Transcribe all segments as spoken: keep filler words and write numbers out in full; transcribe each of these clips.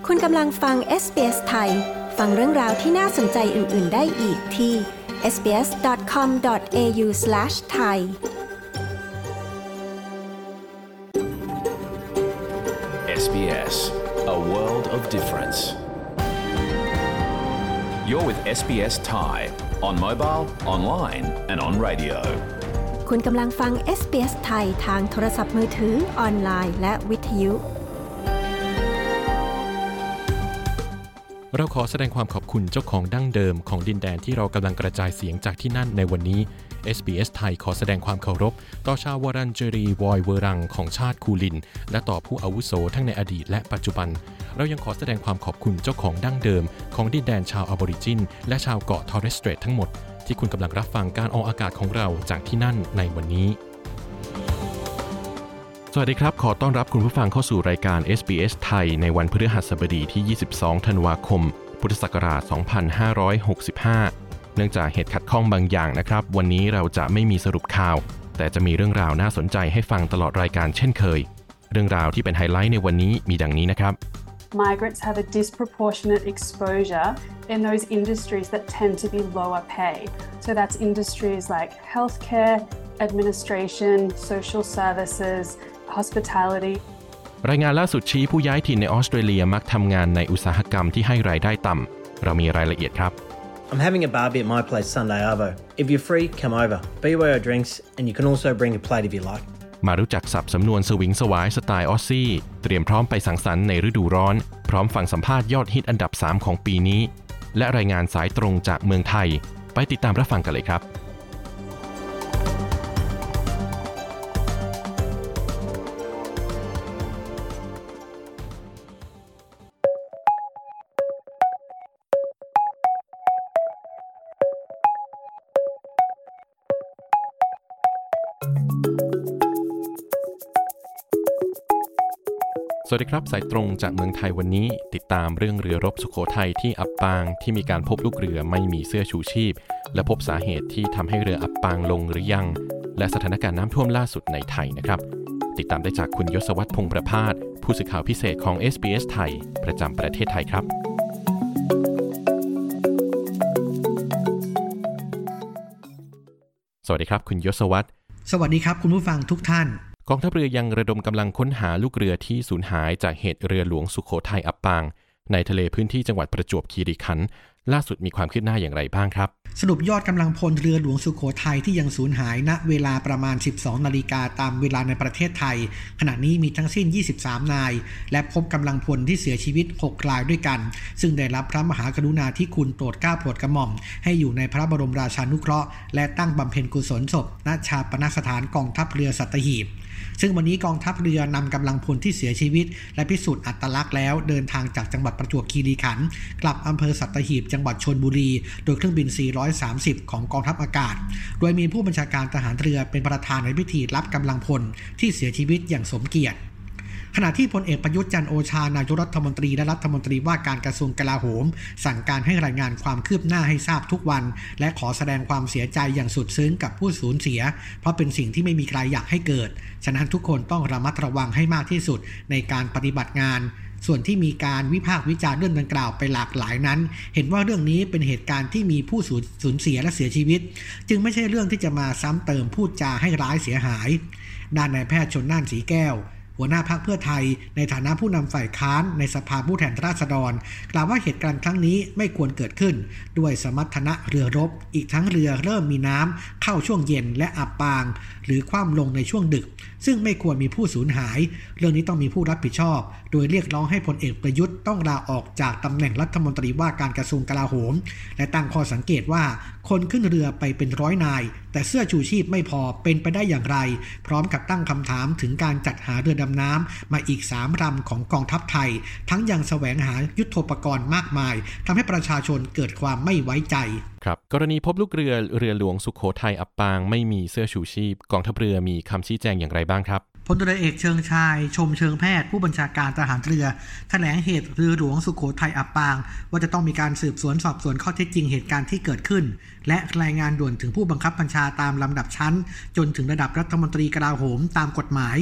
คุณกำลังฟัง เอส บี เอส ไทยฟังเรื่องราวที่น่าสนใจอื่นๆได้อีกที่ เอส บี เอส ดอท คอม ดอท เอ ยู สแลช ไทยเอส บี เอส, a world of difference. You're with เอส บี เอส Thai on mobile, online and on radio. คุณกำลังฟัง เอส บี เอส ไทยทางโทรศัพท์มือถือออนไลน์และวิทยุเราขอแสดงความขอบคุณเจ้าของดั้งเดิมของดินแดนที่เรากำลังกระจายเสียงจากที่นั่นในวันนี้ เอส บี เอส ไทยขอแสดงความเคารพต่อชาววรัญเจรีวอยเวอรังของชาติคูลินและต่อผู้อาวุโสทั้งในอดีตและปัจจุบันเรายังขอแสดงความขอบคุณเจ้าของดั้งเดิมของดินแดนชาวออริจินและชาวเกาะทอร์เรสสเตรททั้งหมดที่คุณกำลังรับฟังการออกอากาศของเราจากที่นั่นในวันนี้สวัสดีครับขอต้อนรับคุณผู้ฟังเข้าสู่รายการ เอส บี เอส ไทยในวันพฤหัสบดีที่ยี่สิบสองธันวาคมพุทธศักราชสองพันห้าร้อยหกสิบห้าเนื่องจากเหตุขัดข้องบางอย่างนะครับวันนี้เราจะไม่มีสรุปข่าวแต่จะมีเรื่องราวน่าสนใจให้ฟังตลอดรายการเช่นเคยเรื่องราวที่เป็นไฮไลท์ในวันนี้มีดังนี้นะครับ Migrants have a disproportionate exposure in those industries that tend to be lower pay. So that's industries like healthcare, administration, social services, hospitality. รายงานล่าสุดชี้ผู้ย้ายถิ่นในออสเตรเลียมักทำงานในอุตสาหกรรมที่ให้รายได้ต่ำเรามีรายละเอียดครับ I'm having a barbie at my place Sunday Arvo. If you're free, come over. B Y O drinks and you can also bring a plate if you like. มารู้จักศัพท์สำนวนสวิงสวายสไตล์ออสซี่เตรียมพร้อมไปสังสรรค์ในฤดูร้อนพร้อมฟังสัมภาษณ์ยอดฮิตอันดับสามของปีนี้และรายงานสายตรงจากเมืองไทยไปติดตามรับฟังกันเลยครับสวัสดีครับสายตรงจากเมืองไทยวันนี้ติดตามเรื่องเรือรบสุโขทัยที่อับปางที่มีการพบลูกเรือไม่มีเสื้อชูชีพและพบสาเหตุที่ทำให้เรืออับปางลงหรือยังและสถานการณ์น้ำท่วมล่าสุดในไทยนะครับติดตามได้จากคุณยศวัฒน์พงษ์ประภาสผู้สื่อข่าวพิเศษของ เอส บี เอส ไทยประจำประเทศไทยครับสวัสดีครับคุณยศวัฒน์สวัสดีครับคุณผู้ฟังทุกท่านกองทัพเรือยังระดมกำลังค้นหาลูกเรือที่สูญหายจากเหตุเรือหลวงสุโขทัยอับปางในทะเลพื้นที่จังหวัดประจวบคีรีขันธ์ล่าสุดมีความคืบหน้าอย่างไรบ้างครับสรุปยอดกำลังพลเรือหลวงสุโขทัยที่ยังสูญหายณเวลาประมาณ สิบสองนาฬิกาตามเวลาในประเทศไทยขณะนี้มีทั้งสิ้นยี่สิบสามนายและพบกำลังพลที่เสียชีวิตหกรายด้วยกันซึ่งได้รับพระมหากรุณาธิคุณโปรดเกล้าโปรดกระหม่อมให้อยู่ในพระบรมราชานุเคราะห์และตั้งบำเพ็ญกุศลศพณชาปนสถานกองทัพเรือสัตหีบซึ่งวันนี้กองทัพเรือนำกำลังพลที่เสียชีวิตและพิสูจน์อัตลักษณ์แล้วเดินทางจากจังหวัดประจวบคีรีขันธ์กลับอำเภอสัตหีบจังหวัดชลบุรีโดยเครื่องบินสี่ร้อยสามสิบของกองทัพอากาศโดยมีผู้บัญชาการทหารเรือเป็นประธานในพิธีรับกำลังพลที่เสียชีวิตอย่างสมเกียรติขณะที่พลเอกประยุทธ์จันทร์โอชานายกรัฐมนตรีและรัฐมนตรีว่าการกระทรวงกลาโหมสั่งการให้รายงานความคืบหน้าให้ทราบทุกวันและขอแสดงความเสียใจอย่างสุดซึ้งกับผู้สูญเสียเพราะเป็นสิ่งที่ไม่มีใครอยากให้เกิดฉะนั้นทุกคนต้องระมัดระวังให้มากที่สุดในการปฏิบัติงานส่วนที่มีการวิพากษ์วิจารณ์เรื่องดังกล่าวไปหลากหลายนั้นเห็นว่าเรื่องนี้เป็นเหตุการณ์ที่มีผู้สูญเสียและเสียชีวิตจึงไม่ใช่เรื่องที่จะมาซ้ำเติมพูดจาให้ร้ายเสียหายด้านนายแพทย์ชลน่านสีแก้วหัวหน้าพรรคเพื่อไทยในฐานะผู้นำฝ่ายค้านในสภาผู้แทนราษฎรกล่าวว่าเหตุการณ์ครั้งนี้ไม่ควรเกิดขึ้นด้วยสมรรถนะเรือรบอีกทั้งเรือเริ่มมีน้ำเข้าช่วงเย็นและอับปางหรือคว่ำลงในช่วงดึกซึ่งไม่ควรมีผู้สูญหายเรื่องนี้ต้องมีผู้รับผิดชอบโดยเรียกร้องให้พลเอกประยุทธ์ต้องลาออกจากตำแหน่งรัฐมนตรีว่าการกระทรวงกลาโหมและตั้งข้อสังเกตว่าคนขึ้นเรือไปเป็นร้อยนายแต่เสื้อชูชีพไม่พอเป็นไปได้อย่างไรพร้อมกับตั้งคำถามถึงการจัดหาเรือดำน้ำมาอีกสามลำของกองทัพไทยทั้งยังแสวงหายุทโธปกรณ์มากมายทำให้ประชาชนเกิดความไม่ไว้ใจครับกรณีพบลูกเรือเรือหลวงสุโขทัยอับปางไม่มีเสื้อชูชีพกองทัพเรือมีคำชี้แจงอย่างไรบ้างครับพลตรีเอกเชิงชายชมเชิงแพทย์ผู้บัญชาการทหารเรือแถลงเหตุเรือหลวงสุโขทัยอับปางว่าจะต้องมีการสืบสวนสอบสวนข้อเท็จจริงเหตุการณ์ที่เกิดขึ้นและรายงานด่วนถึงผู้บังคับบัญชาตามลำดับชั้นจนถึงระดับรัฐมนตรีกลาโหมตามกฎหมาย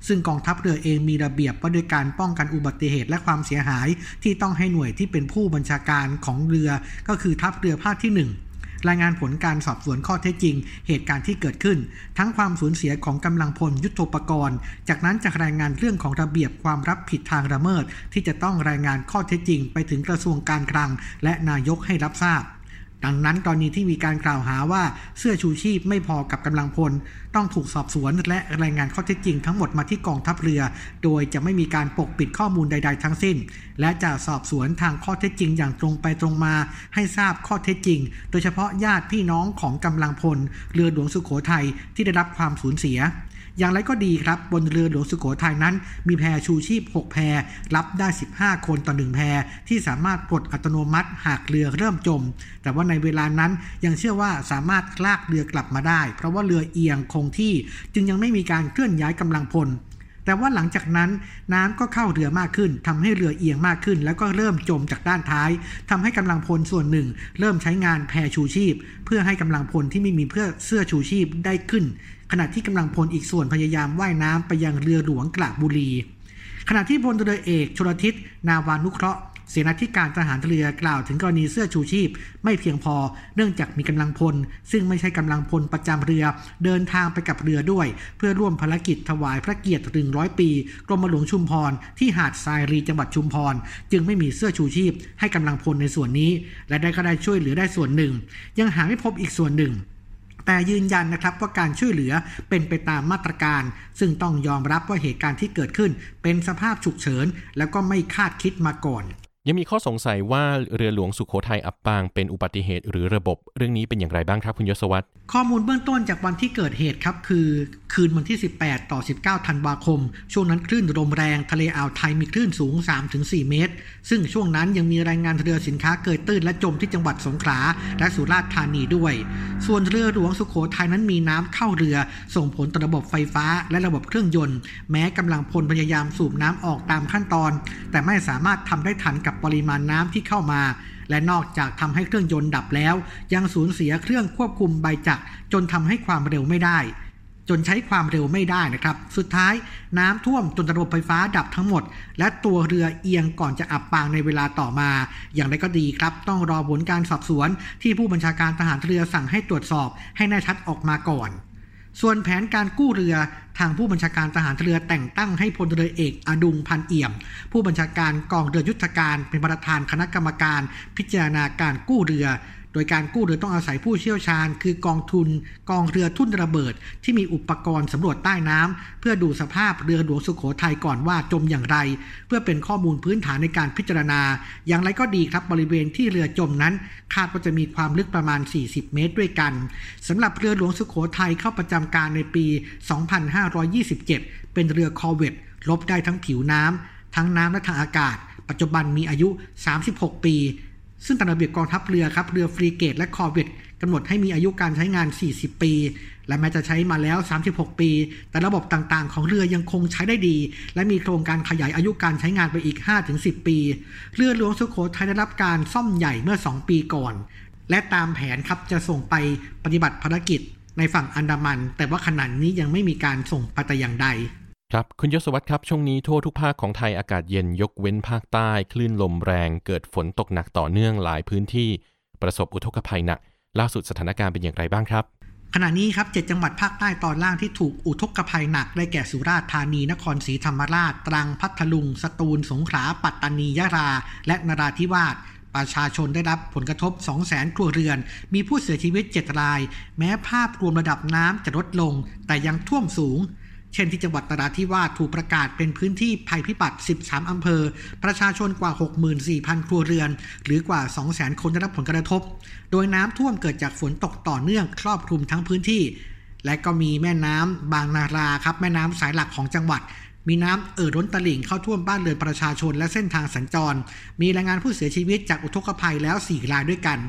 ซึ่งกองทัพเรือเองมีระเบียบว่าด้วยการป้องกันอุบัติเหตุและความเสียหายที่ต้องให้หน่วยที่เป็นผู้บัญชาการของเรือก็คือทัพเรือภาคที่หนึ่งรายงานผลการสอบสวนข้อเท็จจริงเหตุการณ์ที่เกิดขึ้นทั้งความสูญเสียของกำลังพลยุทโธปกรณ์จากนั้นจะรายงานเรื่องของระเบียบความรับผิดทางละเมิดที่จะต้องรายงานข้อเท็จจริงไปถึงกระทรวงการคลังและนายกให้รับทราบดังนั้นกรณีที่มีการกล่าวหาว่าเสื้อชูชีพไม่พอกับกำลังพลต้องถูกสอบสวนและรายงานข้อเท็จจริงทั้งหมดมาที่กองทัพเรือโดยจะไม่มีการปกปิดข้อมูลใดๆทั้งสิ้นและจะสอบสวนทางข้อเท็จจริงอย่างตรงไปตรงมาให้ทราบข้อเท็จจริงโดยเฉพาะญาติพี่น้องของกำลังพลเรือหลวงสุโขทัยที่ได้รับความสูญเสียอย่างไรก็ดีครับบนเรือหลวงสุโขทัยนั้นมีแพชูชีพหกแพรับได้สิบห้าคนต่อหนึ่งแพที่สามารถปลดอัตโนมัติหากเรือเริ่มจมแต่ว่าในเวลานั้นยังเชื่อว่าสามารถลากเรือกลับมาได้เพราะว่าเรือเอียงคงที่จึงยังไม่มีการเคลื่อนย้ายกำลังพลแต่ว่าหลังจากนั้นน้ำก็เข้าเรือมากขึ้นทำให้เรือเอียงมากขึ้นแล้วก็เริ่มจมจากด้านท้ายทำให้กำลังพลส่วนหนึ่งเริ่มใช้งานแพชูชีพเพื่อให้กำลังพลที่ไม่มีเพื่อเสื้อชูชีพได้ขึ้นขณะที่กำลังพลอีกส่วนพยายามว่ายน้ำไปยังเรือหลวงกระบุรีขณะที่พลเรือเอกชลทิศนาวานุเคราะห์เสนาธิการทหารเรือกล่าวถึงกรณีเสื้อชูชีพไม่เพียงพอเนื่องจากมีกำลังพลซึ่งไม่ใช่กำลังพลประจำเรือเดินทางไปกับเรือด้วยเพื่อร่วมภารกิจถวายพระเกียรติหนึ่งร้อยปีกรมหลวงชุมพรที่หาดทรายรีจังหวัดชุมพรจึงไม่มีเสื้อชูชีพให้กำลังพลในส่วนนี้และได้ก็ได้ช่วยเหลือได้ส่วนหนึ่งยังหาไม่พบอีกส่วนหนึ่งแต่ยืนยันนะครับว่าการช่วยเหลือเป็นไปตามมาตรการซึ่งต้องยอมรับว่าเหตุการณ์ที่เกิดขึ้นเป็นสภาพฉุกเฉินแล้วก็ไม่คาดคิดมาก่อนยังมีข้อสงสัยว่าเรือหลวงสุโขทัยอับปางเป็นอุบัติเหตุหรือระบบเรื่องนี้เป็นอย่างไรบ้างครับคุณยศวัฒน์ข้อมูลเบื้องต้นจากวันที่เกิดเหตุครับคือคืนวันที่สิบแปดต่อสิบเก้าธันวาคมช่วงนั้นคลื่นลมแรงทะเลอ่าวไทยมีคลื่นสูง สามถึงสี่ เมตรซึ่งช่วงนั้นยังมีรายงานเรือสินค้าเกยตื้นและจมที่จังหวัดสงขลาและสุราษฎร์ธานีด้วยส่วนเรือหลวงสุโขทัยนั้นมีน้ำเข้าเรือส่งผลต่อระบบไฟฟ้าและระบบเครื่องยนต์แม้กำลังพลพยายามสูบน้ำออกตามขั้นตอนแต่ไม่สามารถทำได้ทันกับปริมาณน้ำที่เข้ามาและนอกจากทำให้เครื่องยนต์ดับแล้วยังสูญเสียเครื่องควบคุมใบจักรจนทำให้ความเร็วไม่ได้จนใช้ความเร็วไม่ได้นะครับสุดท้ายน้ำท่วมจนระบบไฟฟ้าดับทั้งหมดและตัวเรือเอียงก่อนจะอับปางในเวลาต่อมาอย่างไรก็ดีครับต้องรอผลการสอบสวนที่ผู้บัญชาการทหารเรือสั่งให้ตรวจสอบให้แน่ชัดออกมาก่อนส่วนแผนการกู้เรือทางผู้บัญชาการทหารเรือแต่งตั้งให้พลเรือเอกอดุงพันเอี่ยมผู้บัญชาการกองเรือยุทธการเป็นประธานคณะกรรมการพิจารณาการกู้เรือโดยการกู้เรือต้องอาศัยผู้เชี่ยวชาญคือกองทุนกองเรือทุ่นระเบิดที่มีอุปกรณ์สำรวจใต้น้ำเพื่อดูสภาพเรือหลวงสุโขทัยก่อนว่าจมอย่างไรเพื่อเป็นข้อมูลพื้นฐานในการพิจารณาอย่างไรก็ดีครับบริเวณที่เรือจมนั้นคาดว่าจะมีความลึกประมาณสี่สิบเมตรด้วยกันสำหรับเรือหลวงสุโขทัยเข้าประจำการในปีสองพันห้าร้อยยี่สิบเจ็ดเป็นเรือคอร์เวตรบได้ทั้งผิวน้ำทั้งน้ำและทางอากาศปัจจุบันมีอายุสามสิบหกปีซึ่งตามระเบียบกองทัพเรือครับเรือฟรีเกตและคอร์เวตกำหนดให้มีอายุการใช้งานสี่สิบปีและแม้จะใช้มาแล้วสามสิบหกปีแต่ระบบต่างๆของเรือยังคงใช้ได้ดีและมีโครงการขยายอายุการใช้งานไปอีก ห้าถึงสิบ ปีเรือหลวงสุโขทัยได้รับการซ่อมใหญ่เมื่อสองปีก่อนและตามแผนครับจะส่งไปปฏิบัติภารกิจในฝั่งอันดามันแต่ว่าขณะนี้ยังไม่มีการส่งไปแต่อย่างใดครับคุณยศวัฒน์ครับช่วงนี้ทั่วทุกภาคของไทยอากาศเย็นยกเว้นภาคใต้คลื่นลมแรงเกิดฝนตกหนักต่อเนื่องหลายพื้นที่ประสบอุทกภัยหนักล่าสุดสถานการณ์เป็นอย่างไรบ้างครับขณะนี้ครับเจ็ดจังหวัดภาคใต้ตอนล่างที่ถูกอุทกภัยหนักได้แก่สุราษฎร์ธานีนครศรีธรรมราชตรังพัทลุงสตูลสงขลาปัตตานียะลาและนราธิวาสประชาชนได้รับผลกระทบ สองแสน ครัวเรือนมีผู้เสียชีวิตเจ็ดรายแม้ภาพรวมระดับน้ำจะลดลงแต่ยังท่วมสูงเช่นที่จังหวัดนราธิวาสถูกประกาศเป็นพื้นที่ภัยพิบัติสิบสามอำเภอประชาชนกว่า หกหมื่นสี่พัน ครัวเรือนหรือกว่า สองแสน คนได้รับผลกระทบโดยน้ำท่วมเกิดจากฝนตกต่อเนื่องครอบคลุมทั้งพื้นที่และก็มีแม่น้ำบางนาราครับแม่น้ำสายหลักของจังหวัดมีน้ำเอ่อล้นตลิ่งเข้าท่วมบ้านเรือนประชาชนและเส้นทางสัญจรมีรายงานผู้เสียชีวิตจากอุทกภัยแล้วสี่รายด้วยกัน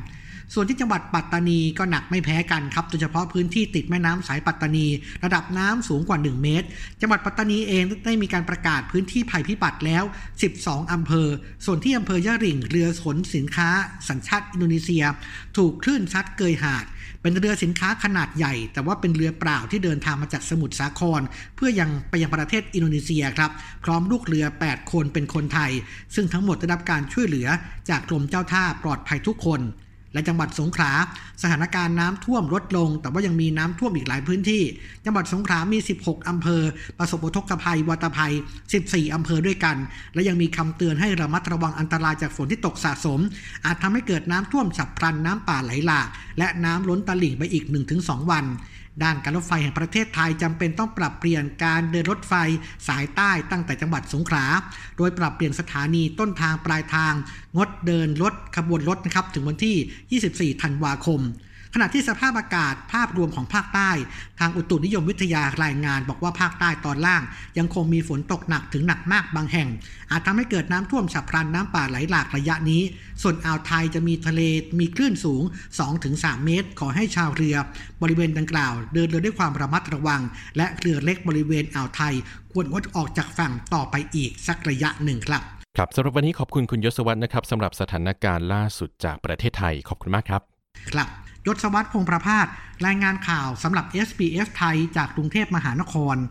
ส่วนที่จังหวัดปัตตานีก็หนักไม่แพ้กันครับโดยเฉพาะพื้นที่ติดแม่น้ำสายปัตตานีระดับน้ำสูงกว่าหนึ่งเมตรจังหวัดปัตตานีเองได้มีการประกาศพื้นที่ภัยพิบัติแล้วสิบสองอำเภอส่วนที่อำเภอยะหริ่งเรือขนสินค้าสัญชาติอินโดนีเซียถูกคลื่นซัดเกยหาดเป็นเรือสินค้าขนาดใหญ่แต่ว่าเป็นเรือเปล่าที่เดินทางมาจากสมุทรสาครเพื่อยังไปยังประเทศอินโดนีเซียครับพร้อมลูกเรือแปดคนเป็นคนไทยซึ่งทั้งหมดได้รับการช่วยเหลือจากกรมเจ้าท่าปลอดภัยทุกคนและจังหวัดสงขลาสถานการณ์น้ำท่วมลดลงแต่ว่ายังมีน้ำท่วมอีกหลายพื้นที่จังหวัดสงขลามีสิบหกอำเภอประสบอุทกภัยวัตภัยสิบสี่อำเภอด้วยกันและยังมีคำเตือนให้ระมัดระวังอันตรายจากฝนที่ตกสะสมอาจทำให้เกิดน้ำท่วมฉับพลันน้ำป่าไหลหลากและน้ำล้นตลิ่งไปอีก หนึ่งถึงสอง วันด้านการรถไฟแห่งประเทศไทยจำเป็นต้องปรับเปลี่ยนการเดินรถไฟสายใต้ตั้งแต่จังหวัดสงขลาโดยปรับเปลี่ยนสถานีต้นทางปลายทางงดเดินรถขบวนรถนะครับถึงวันที่ยี่สิบสี่ธันวาคมขณะที่สภาพอากาศภาพรวมของภาคใต้ทางอุตุนิยมวิทยารายงานบอกว่าภาคใต้ตอนล่างยังคงมีฝนตกหนักถึงหนักมากบางแห่งอาจทำให้เกิดน้ำท่วมฉับพลันน้ำป่าไหลหลากระยะนี้ส่วนอ่าวไทยจะมีทะเลมีคลื่นสูง สองถึงสาม เมตรขอให้ชาวเรือบริเวณดังกล่าวเดินเรือด้วยความระมัดระวังและเรือเล็กบริเวณอ่าวไทยควรงดออกจากฝั่งต่อไปอีกสักระยะหนึ่งครับครับสำหรับวันนี้ขอบคุณคุณยศวัฒน์นะครับสำหรับสถานการณ์ล่าสุดจากประเทศไทยขอบคุณมากครับครับยศวัฒน์พงษ์ประภาสรายงานข่าวสำหรับ เอส บี เอส ไทยจากกรุงเทพมหานคร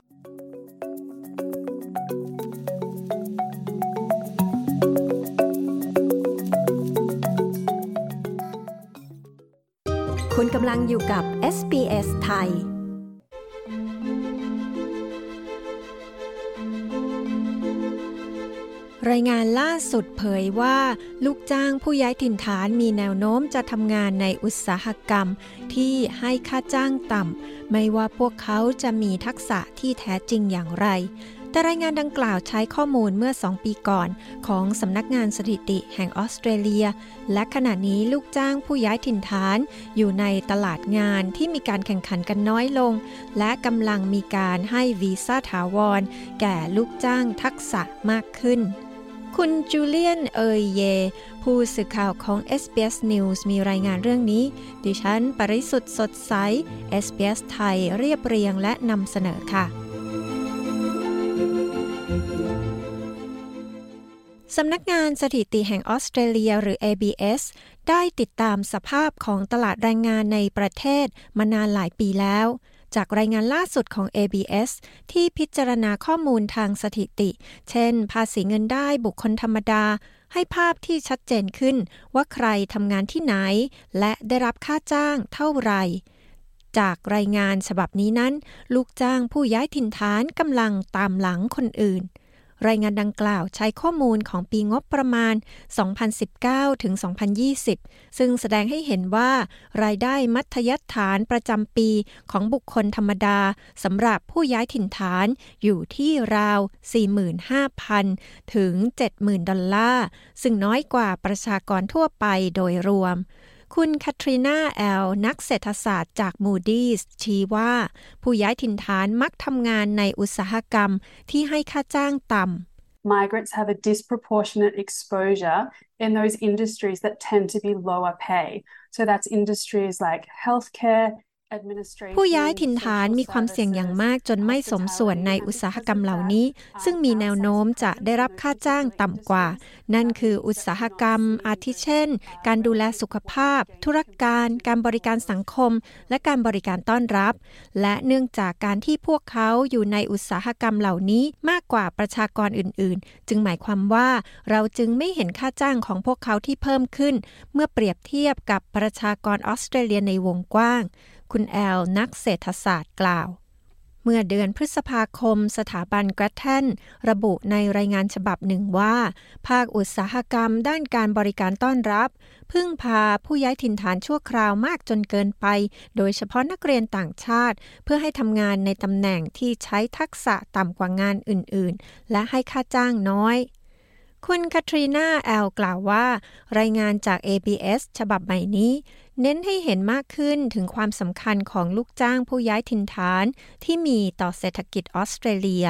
คุณกำลังอยู่กับ เอส บี เอส ไทยรายงานล่าสุดเผยว่าลูกจ้างผู้ย้ายถิ่นฐานมีแนวโน้มจะทำงานในอุตสาหกรรมที่ให้ค่าจ้างต่ำไม่ว่าพวกเขาจะมีทักษะที่แท้จริงอย่างไรแต่รายงานดังกล่าวใช้ข้อมูลเมื่อสองปีก่อนของสำนักงานสถิติแห่งออสเตรเลียและขณะนี้ลูกจ้างผู้ย้ายถิ่นฐานอยู่ในตลาดงานที่มีการแข่งขันกันน้อยลงและกำลังมีการให้วีซ่าถาวรแก่ลูกจ้างทักษะมากขึ้นคุณจูเลียนเอยเยผู้สื่อข่าวของ เอส บี เอส News มีรายงานเรื่องนี้ดิฉันปริสุทธิ์สดใส เอส บี เอส ไทยเรียบเรียงและนำเสนอค่ะสำนักงานสถิติแห่งออสเตรเลียหรือ เอ บี เอส ได้ติดตามสภาพของตลาดแรงงานในประเทศมานานหลายปีแล้วจากรายงานล่าสุดของ เอ บี เอส ที่พิจารณาข้อมูลทางสถิติเช่นภาษีเงินได้บุคคลธรรมดาให้ภาพที่ชัดเจนขึ้นว่าใครทำงานที่ไหนและได้รับค่าจ้างเท่าไหร่จากรายงานฉบับนี้นั้นลูกจ้างผู้ย้ายถิ่นฐานกำลังตามหลังคนอื่นรายงานดังกล่าวใช้ข้อมูลของปีงบประมาณ สองพันสิบเก้าถึงสองพันยี่สิบ ซึ่งแสดงให้เห็นว่ารายได้มัธยัสถานประจำปีของบุคคลธรรมดาสำหรับผู้ย้ายถิ่นฐานอยู่ที่ราว สี่หมื่นห้าพัน ถึง เจ็ดหมื่น ดอลลาร์ซึ่งน้อยกว่าประชากรทั่วไปโดยรวมคุณแคทรีนาแอลนักเศรษฐศาสตร์จาก Moody's ชี้ว่าผู้ย้ายถิ่นฐานมักทำงานในอุตสาหกรรมที่ให้ค่าจ้างต่ำ Migrants have a disproportionate exposure in those industries that tend to be lower pay. So that's industries like healthcare, ผู้ย้ายถิ่นฐานมีความเสี่ยงอย่างมากจนไม่สมส่วนในอุตสาหกรรมเหล่านี้ซึ่งมีแนวโน้มจะได้รับค่าจ้างต่ำกว่านั่นคืออุตสาหกรรมอาทิเช่นการดูแลสุขภาพธุรการการบริการสังคมและการบริการต้อนรับและเนื่องจากการที่พวกเขาอยู่ในอุตสาหกรรมเหล่านี้มากกว่าประชากรอื่นๆจึงหมายความว่าเราจึงไม่เห็นค่าจ้างของพวกเขาที่เพิ่มขึ้นเมื่อเปรียบเทียบกับประชากรออสเตรเลียในวงกว้างคุณแอลนักเศรษฐศาสตร์กล่าวเมื่อเดือนพฤษภาคมสถาบันแกรทเทนระบุในรายงานฉบับหนึ่งว่าภาคอุตสาหกรรมด้านการบริการต้อนรับพึ่งพาผู้ย้ายถิ่นฐานชั่วคราวมากจนเกินไปโดยเฉพาะนักเรียนต่างชาติเพื่อให้ทำงานในตำแหน่งที่ใช้ทักษะต่ำกว่างานอื่นๆและให้ค่าจ้างน้อยคุณคาทรีนาแอลกล่าวว่ารายงานจาก เอ บี เอส ฉบับใหม่นี้เน้นให้เห็นมากขึ้นถึงความสำคัญของลูกจ้างผู้ย้ายถิ่นฐานที่มีต่อเศรษฐกิจออสเตรเลีย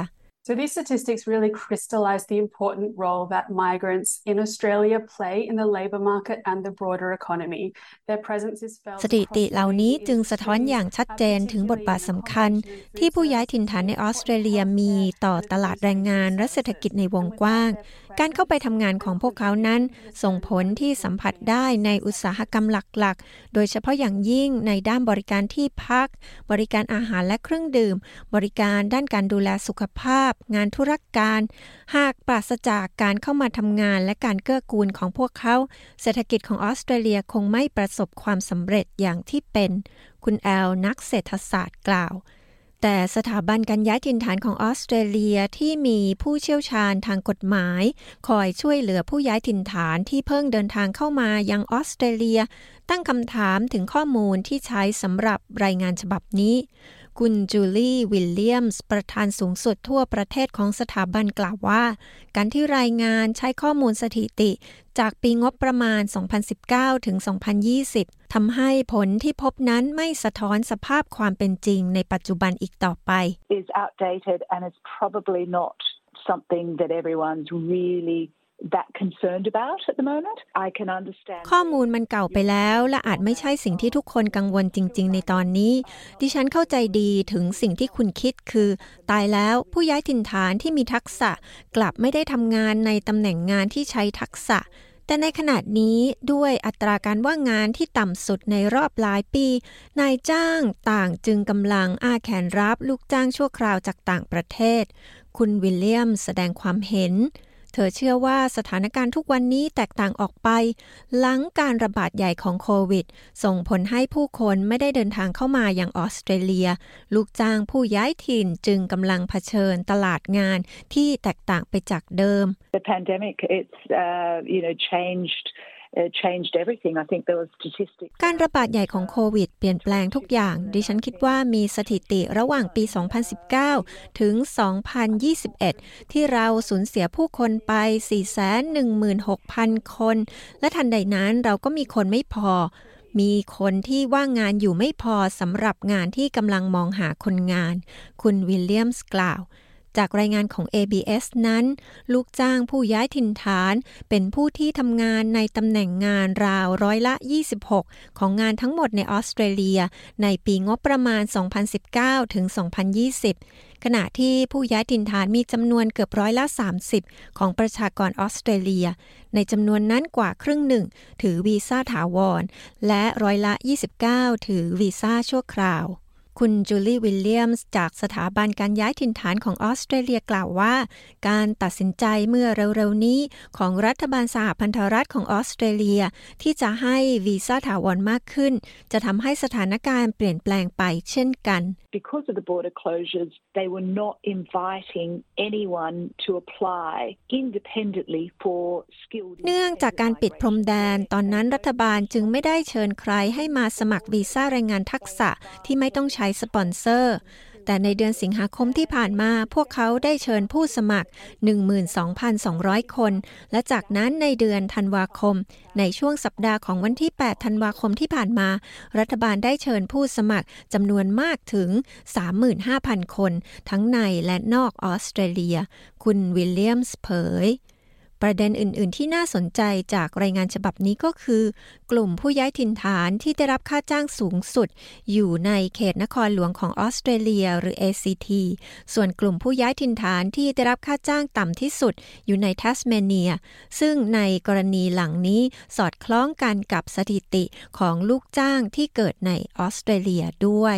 So these statistics really crystallize the important role that migrants in Australia play in the labour market and the broader economy. Their presence is felt สถิติเหล่านี้จึงสะท้อนอย่างชัดเจนถึงบทบาทสำคัญที่ผู้ย้ายถิ่นฐานในออสเตรเลียมีต่อตลาดแรงงานและเศรษฐกิจในวงกว้างการเข้าไปทำงานของพวกเขานั้นส่งผลที่สัมผัสได้ในอุตสาหกรรมหลักๆโดยเฉพาะอย่างยิ่งในด้านบริการที่พักบริการอาหารและเครื่องดื่มบริการด้านการดูแลสุขภาพงานธุรการหากปราศจากการเข้ามาทำงานและการเกื้อกูลของพวกเขาเศรษฐกิจของออสเตรเลียคงไม่ประสบความสำเร็จอย่างที่เป็นคุณแอลนักเศรษฐศาสตร์กล่าวแต่สถาบันการย้ายถิ่นฐานของออสเตรเลียที่มีผู้เชี่ยวชาญทางกฎหมายคอยช่วยเหลือผู้ย้ายถิ่นฐานที่เพิ่งเดินทางเข้ามายังออสเตรเลียตั้งคำถามถึงข้อมูลที่ใช้สำหรับรายงานฉบับนี้คุณจูลี่วิลเลียมส์ประธานสูงสุดทั่วประเทศของสถาบันกล่าวว่าการที่รายงานใช้ข้อมูลสถิติจากปีงบประมาณสองพันสิบเก้าถึงสองพันยี่สิบทำให้ผลที่พบนั้นไม่สะท้อนสภาพความเป็นจริงในปัจจุบันอีกต่อไป is outdated and is probably not something that everyone's really that concerned about at the moment. I can understand ข้อมูลมันเก่าไปแล้วและอาจไม่ใช่สิ่งที่ทุกคนกังวลจริงๆในตอนนี้ดิฉันเข้าใจดีถึงสิ่งที่คุณคิดคือตายแล้วผู้ย้ายถิ่นฐานที่มีทักษะกลับไม่ได้ทำงานในตำแหน่งงานที่ใช้ทักษะแต่ในขณะนี้ด้วยอัตราการว่างงานที่ต่ำสุดในรอบหลายปีนายจ้างต่างจึงกำลังอ้าแขนรับลูกจ้างชั่วคราวจากต่างประเทศคุณวิลเลียมแสดงความเห็นเธอเชื่อว่าสถานการณ์ทุกวันนี้แตกต่างออกไปหลังการระบาดใหญ่ของโควิดส่งผลให้ผู้คนไม่ได้เดินทางเข้ามายังออสเตรเลียลูกจ้างผู้ย้ายถิ่นจึงกำลังเผชิญตลาดงานที่แตกต่างไปจากเดิม The pandemic it's uh, you know changed changed everything. I think there was statistics. การระบาดใหญ่ของโควิดเปลี่ยนแปลงทุกอย่างดิฉันคิดว่ามีสถิติระหว่างปีสองพันสิบเก้าถึงสองพันยี่สิบเอ็ดที่เราสูญเสียผู้คนไป สี่แสนหนึ่งหมื่นหกพัน คนและทันใดนั้นเราก็มีคนไม่พอมีคนที่ว่างงานอยู่ไม่พอสำหรับงานที่กำลังมองหาคนงานคุณวิลเลียมส์กล่าวจากรายงานของ เอ บี เอส นั้นลูกจ้างผู้ย้ายถิ่นฐานเป็นผู้ที่ทำงานในตำแหน่งงานราวร้อยละยี่สิบหกของงานทั้งหมดในออสเตรเลียในปีงบประมาณสองพันสิบเก้าถึงสองพันยี่สิบขณะที่ผู้ย้ายถิ่นฐานมีจำนวนเกือบร้อยละสามสิบของประชากรออสเตรเลียในจำนวนนั้นกว่าครึ่งหนึ่งถือวีซ่าถาวรและร้อยละยี่สิบเก้าถือวีซ่าชั่วคราวคุณจูลี่วิลเลียมส์จากสถาบันการย้ายถิ่นฐานของออสเตรเลียกล่าวว่าการตัดสินใจเมื่อเร็วๆนี้ของรัฐบาลสหพันธรัฐของออสเตรเลียที่จะให้วีซ่าถาวรมากขึ้นจะทำให้สถานการณ์เปลี่ยนแปลงไปเช่นกัน Because of the border closures, they were not inviting anyone to apply independently for skilled เนื่องจากการปิดพรมแดนตอนนั้นรัฐบาลจึงไม่ได้เชิญใครให้มาสมัครวีซ่าแรงงานทักษะที่ไม่ต้องใช้สปอนเซอร์แต่ในเดือนสิงหาคมที่ผ่านมาพวกเขาได้เชิญผู้สมัคร หนึ่งหมื่นสองพันสองร้อย คนและจากนั้นในเดือนธันวาคมในช่วงสัปดาห์ของวันที่แปดธันวาคมที่ผ่านมารัฐบาลได้เชิญผู้สมัครจำนวนมากถึง สามหมื่นห้าพัน คนทั้งในและนอกออสเตรเลียคุณวิลเลียมส์เผยประเด็นอื่นๆที่น่าสนใจจากรายงานฉบับนี้ก็คือกลุ่มผู้ย้ายถิ่นฐานที่ได้รับค่าจ้างสูงสุดอยู่ในเขตนครหลวงของออสเตรเลียหรือ เอ ซี ที ส่วนกลุ่มผู้ย้ายถิ่นฐานที่ได้รับค่าจ้างต่ำที่สุดอยู่ในทัสเมเนียซึ่งในกรณีหลังนี้สอดคล้องกันกับสถิติของลูกจ้างที่เกิดในออสเตรเลียด้วย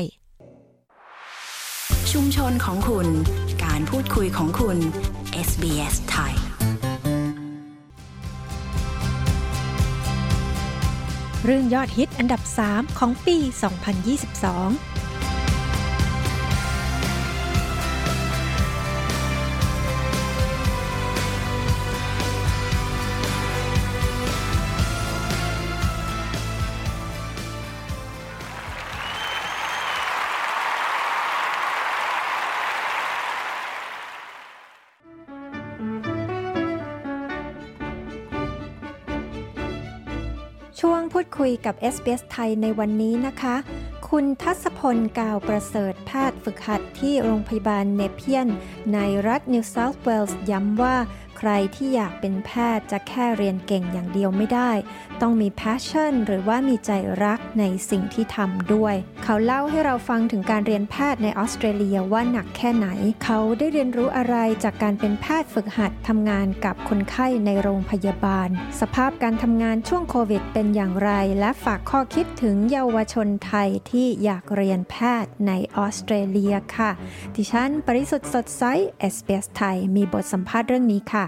ชุมชนของคุณการพูดคุยของคุณ เอส บี เอส ไทยเรื่องยอดฮิตอันดับสามของปีสองพันยี่สิบสองช่วงพูดคุยกับ เอส บี เอส ไทยในวันนี้นะคะคุณทัศพลกาวประเสริฐแพทย์ฝึกหัดที่โรงพยาบาลเนเพียนในรัฐนิวเซาท์เวลส์ย้ำว่าใครที่อยากเป็นแพทย์จะแค่เรียนเก่งอย่างเดียวไม่ได้ต้องมี passion หรือว่ามีใจรักในสิ่งที่ทำด้วยเขาเล่าให้เราฟังถึงการเรียนแพทย์ในออสเตรเลียว่าหนักแค่ไหนเขาได้เรียนรู้อะไรจากการเป็นแพทย์ฝึกหัดทำงานกับคนไข้ในโรงพยาบาลสภาพการทำงานช่วงโควิดเป็นอย่างไรและฝากข้อคิดถึงเยาวชนไทยที่อยากเรียนแพทย์ในออสเตรเลียค่ะดิฉันปริสุทธิ์สดใส เอส บี เอส ไทยมีบทสัมภาษณ์เรื่องนี้ค่ะ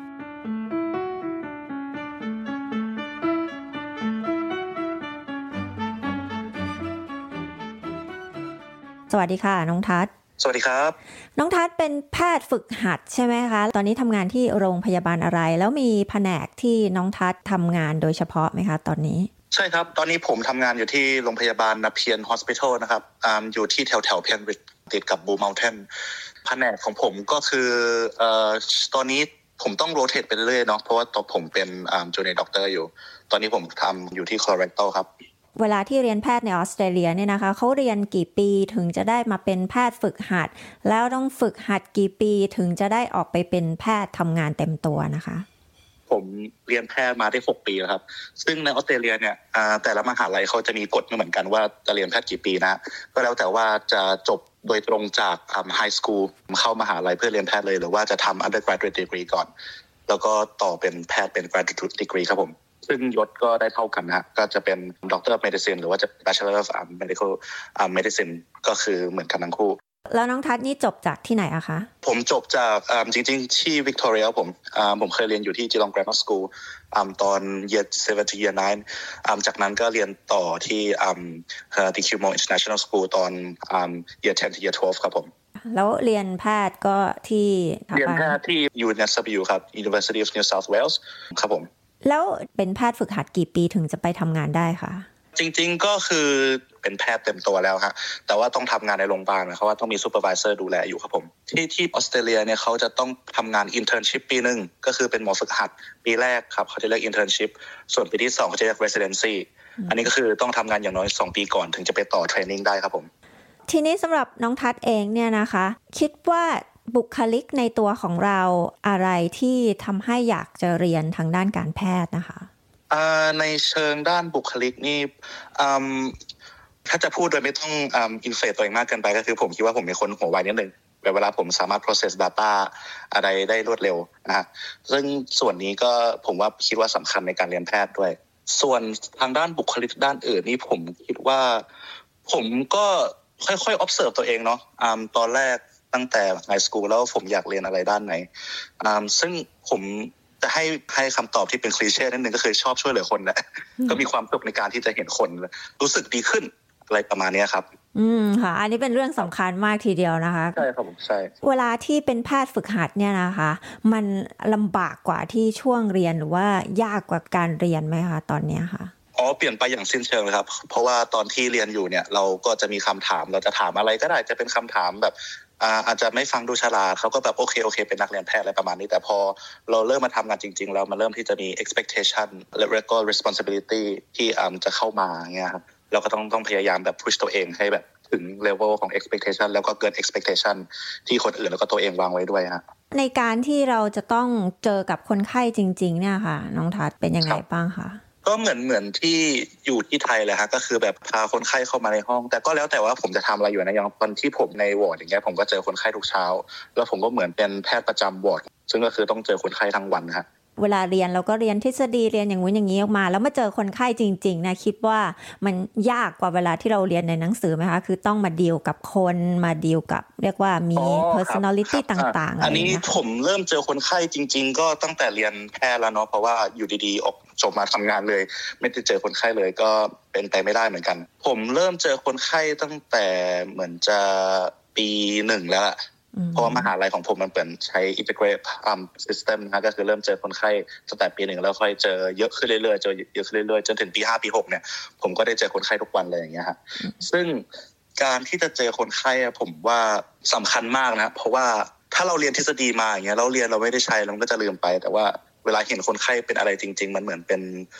สวัสดีค่ะน้องทัศน์สวัสดีครับน้องทัศน์เป็นแพทย์ฝึกหัดใช่ไหมคะตอนนี้ทำงานที่โรงพยาบาลอะไรแล้วมีแผนกที่น้องทัศน์ทำงานโดยเฉพาะไหมคะตอนนี้ใช่ครับตอนนี้ผมทำงานอยู่ที่โรงพยาบาลนาเพียนฮอสพิทอลนะครับอ่าอยู่ที่แถวแถวเพนริดติดกับบูมัลเทนแผนกของผมก็คือเอ่อตอนนี้ผมต้องโรเตทไปเรื่อยๆเนาะเพราะว่าตัวผมเป็นอ่าจูเนียร์ด็อกเตอร์อยู่ตอนนี้ผมทำอยู่ที่คอเรคโตครับเวลาที่เรียนแพทย์ในออสเตรเลียเนี่ยนะคะเขาเรียนกี่ปีถึงจะได้มาเป็นแพทย์ฝึกหัดแล้วต้องฝึกหัดกี่ปีถึงจะได้ออกไปเป็นแพทย์ทำงานเต็มตัวนะคะผมเรียนแพทย์มาได้หกปีแล้วครับซึ่งในออสเตรเลียเนี่ยแต่ละมหาลัยเขาจะมีกฎไม่เหมือนกันว่าจะเรียนแพทย์กี่ปีนะก็แล้วแต่ว่าจะจบโดยตรงจากไฮสคูลเข้ามหาลัยเพื่อเรียนแพทย์เลยหรือว่าจะทำ undergraduate degree ก่อนแล้วก็ต่อเป็นแพทย์เป็น graduate degree ครับผมซึ่งยศก็ได้เท่ากันนะฮะก็จะเป็น Doctor of Medicine หรือว่าจะ Bachelor of Medical Medicine ก็คือเหมือนกันทั้งคู่แล้วน้องทัศน์นี่จบจากที่ไหนอะคะผมจบจากจริงๆที่ Victoria ผมผมเคยเรียนอยู่ที่ Geelong Grammar School ตอน year seven to year nine จากนั้นก็เรียนต่อที่ The Kilmore International School ตอน year ten to year twelve ครับผมแล้วเรียนแพทย์ก็ที่เรียนแพทย์ที่ ยู เอ็น เอส ดับเบิลยู ครับ University of New South Wales ครับผมแล้วเป็นแพทย์ฝึกหัดกี่ปีถึงจะไปทำงานได้คะจริงๆก็คือเป็นแพทย์เต็มตัวแล้วฮะแต่ว่าต้องทำงานในโรงพยาบาลหมายความว่าต้องมีซูเปอร์ไวเซอร์ดูแลอยู่ครับผมที่ที่ออสเตรเลียเนี่ยเขาจะต้องทำงานอินเทิร์นชิพปีนึงก็คือเป็นหมอฝึกหัดปีแรกครับเขาจะเรียกอินเทิร์นชิพส่วนปีที่สองเขาจะเรียกเรสซิเดนซีอันนี้ก็คือต้องทำงานอย่างน้อยสองปีก่อนถึงจะไปต่อเทรนนิ่งได้ครับผมทีนี้สำหรับน้องทัศน์เองเนี่ยนะคะคิดว่าบุคลิกในตัวของเราอะไรที่ทำให้อยากจะเรียนทางด้านการแพทย์นะคะในเชิงด้านบุคลิกนี่ถ้าจะพูดโดยไม่ต้องอินเฟตตัวเองมากเกินไปก็คือผมคิดว่าผมเป็นคนหัวไวนิดนึงเวลาผมสามารถ process data อะไรได้รวดเร็วนะฮะซึ่งส่วนนี้ก็ผมว่าคิดว่าสำคัญในการเรียนแพทย์ด้วยส่วนทางด้านบุคลิกด้านอื่นนี่ผมคิดว่าผมก็ค่อยๆ observe ตัวเองเนาะตอนแรกตั้งแต่ไฮสคูลแล้วผมอยากเรียนอะไรด้านไหนซึ่งผมจะให้ให้คำตอบที่เป็นคลีเช่นิดนึงก็คือชอบช่วยเหลือคนแหละก็มีความสุขในการที่จะเห็นคนรู้สึกดีขึ้นอะไรประมาณนี้ครับอืมค่ะอันนี้เป็นเรื่องสำคัญมากทีเดียวนะคะใช่ครับผมใช่เวลาที่เป็นแพทย์ฝึกหัดเนี่ยนะคะมันลำบากกว่าที่ช่วงเรียนหรือว่ายากกว่าการเรียนไหมคะตอนนี้ค่ะอ๋อเปลี่ยนไปอย่างสิ้นเชิงเลยครับเพราะว่าตอนที่เรียนอยู่เนี่ยเราก็จะมีคำถามเราจะถามอะไรก็ได้จะเป็นคำถามแบบอาจจะไม่ฟังดูฉลาดเขาก็แบบโอเคโอเคเป็นนักเรียนแพทย์อะไรประมาณนี้แต่พอเราเริ่มมาทำงานจริงๆแล้วมันเริ่มที่จะมี expectation และก็ responsibility ที่จะเข้ามาเงี้ยครับเราก็ต้องต้องพยายามแบบ push ตัวเองให้แบบถึง level ของ expectation แล้วก็เกิน expectation ที่คนอื่นแล้วก็ตัวเองวางไว้ด้วยฮะในการที่เราจะต้องเจอกับคนไข้จริงๆเนี่ยค่ะน้องทัศน์เป็นยังไงบ้างคะก็เหมือนเหมือนที่อยู่ที่ไทยเลยฮะก็คือแบบพาคนไข้เข้ามาในห้องแต่ก็แล้วแต่ว่าผมจะทำอะไรอยู่นะอย่างตอนที่ผมในวอร์ดอย่างเงี้ยผมก็เจอคนไข้ทุกเช้าแล้วผมก็เหมือนเป็นแพทย์ประจำวอร์ดซึ่งก็คือต้องเจอคนไข้ทั้งวันฮะเวลาเรียนเราก็เรียนทฤษฎีเรียนอย่างงู้นอย่างนี้ออกมาแล้วมาเจอคนไข้จริงๆนะคิดว่ามันยากกว่าเวลาที่เราเรียนในหนังสือไหมคะคือต้องมาดีลกับคนมาดีลกับเรียกว่ามี personality ต่างๆอันนี้ผมเริ่มเจอคนไข้จริงๆก็ตั้งแต่เรียนแพทย์แล้วเนาะเพราะว่าอยู่ดีๆออกจบมาทำงานเลยไม่ได้เจอคนไข้เลยก็เป็นไปไม่ได้เหมือนกันผมเริ่มเจอคนไข้ตั้งแต่เหมือนจะปีหนึ่งแล้วเพราะว่ามหาลัยของผมมันเป็นใช้ integrate um, system นะก็คือเริ่มเจอคนไข้ตั้งแต่ปีหนึ่งแล้วค่อยเจอเยอะขึ้นเรื่อยๆเจอเยอะขึ้นเรื่อยๆจนถึงปีห้าปีหกเนี่ยผมก็ได้เจอคนไข้ทุกวันเลยอย่างเงี้ยฮะซึ่งการที่จะเจอคนไข้ผมว่าสำคัญมากนะเพราะว่าถ้าเราเรียนทฤษฎีมาอย่างเงี้ยเราเรียนเราไม่ได้ใช้เราก็จะลืมไปแต่ว่าเวลาเห็นคนไข้เป็นอะไรจริงๆมันเหมือนเป็น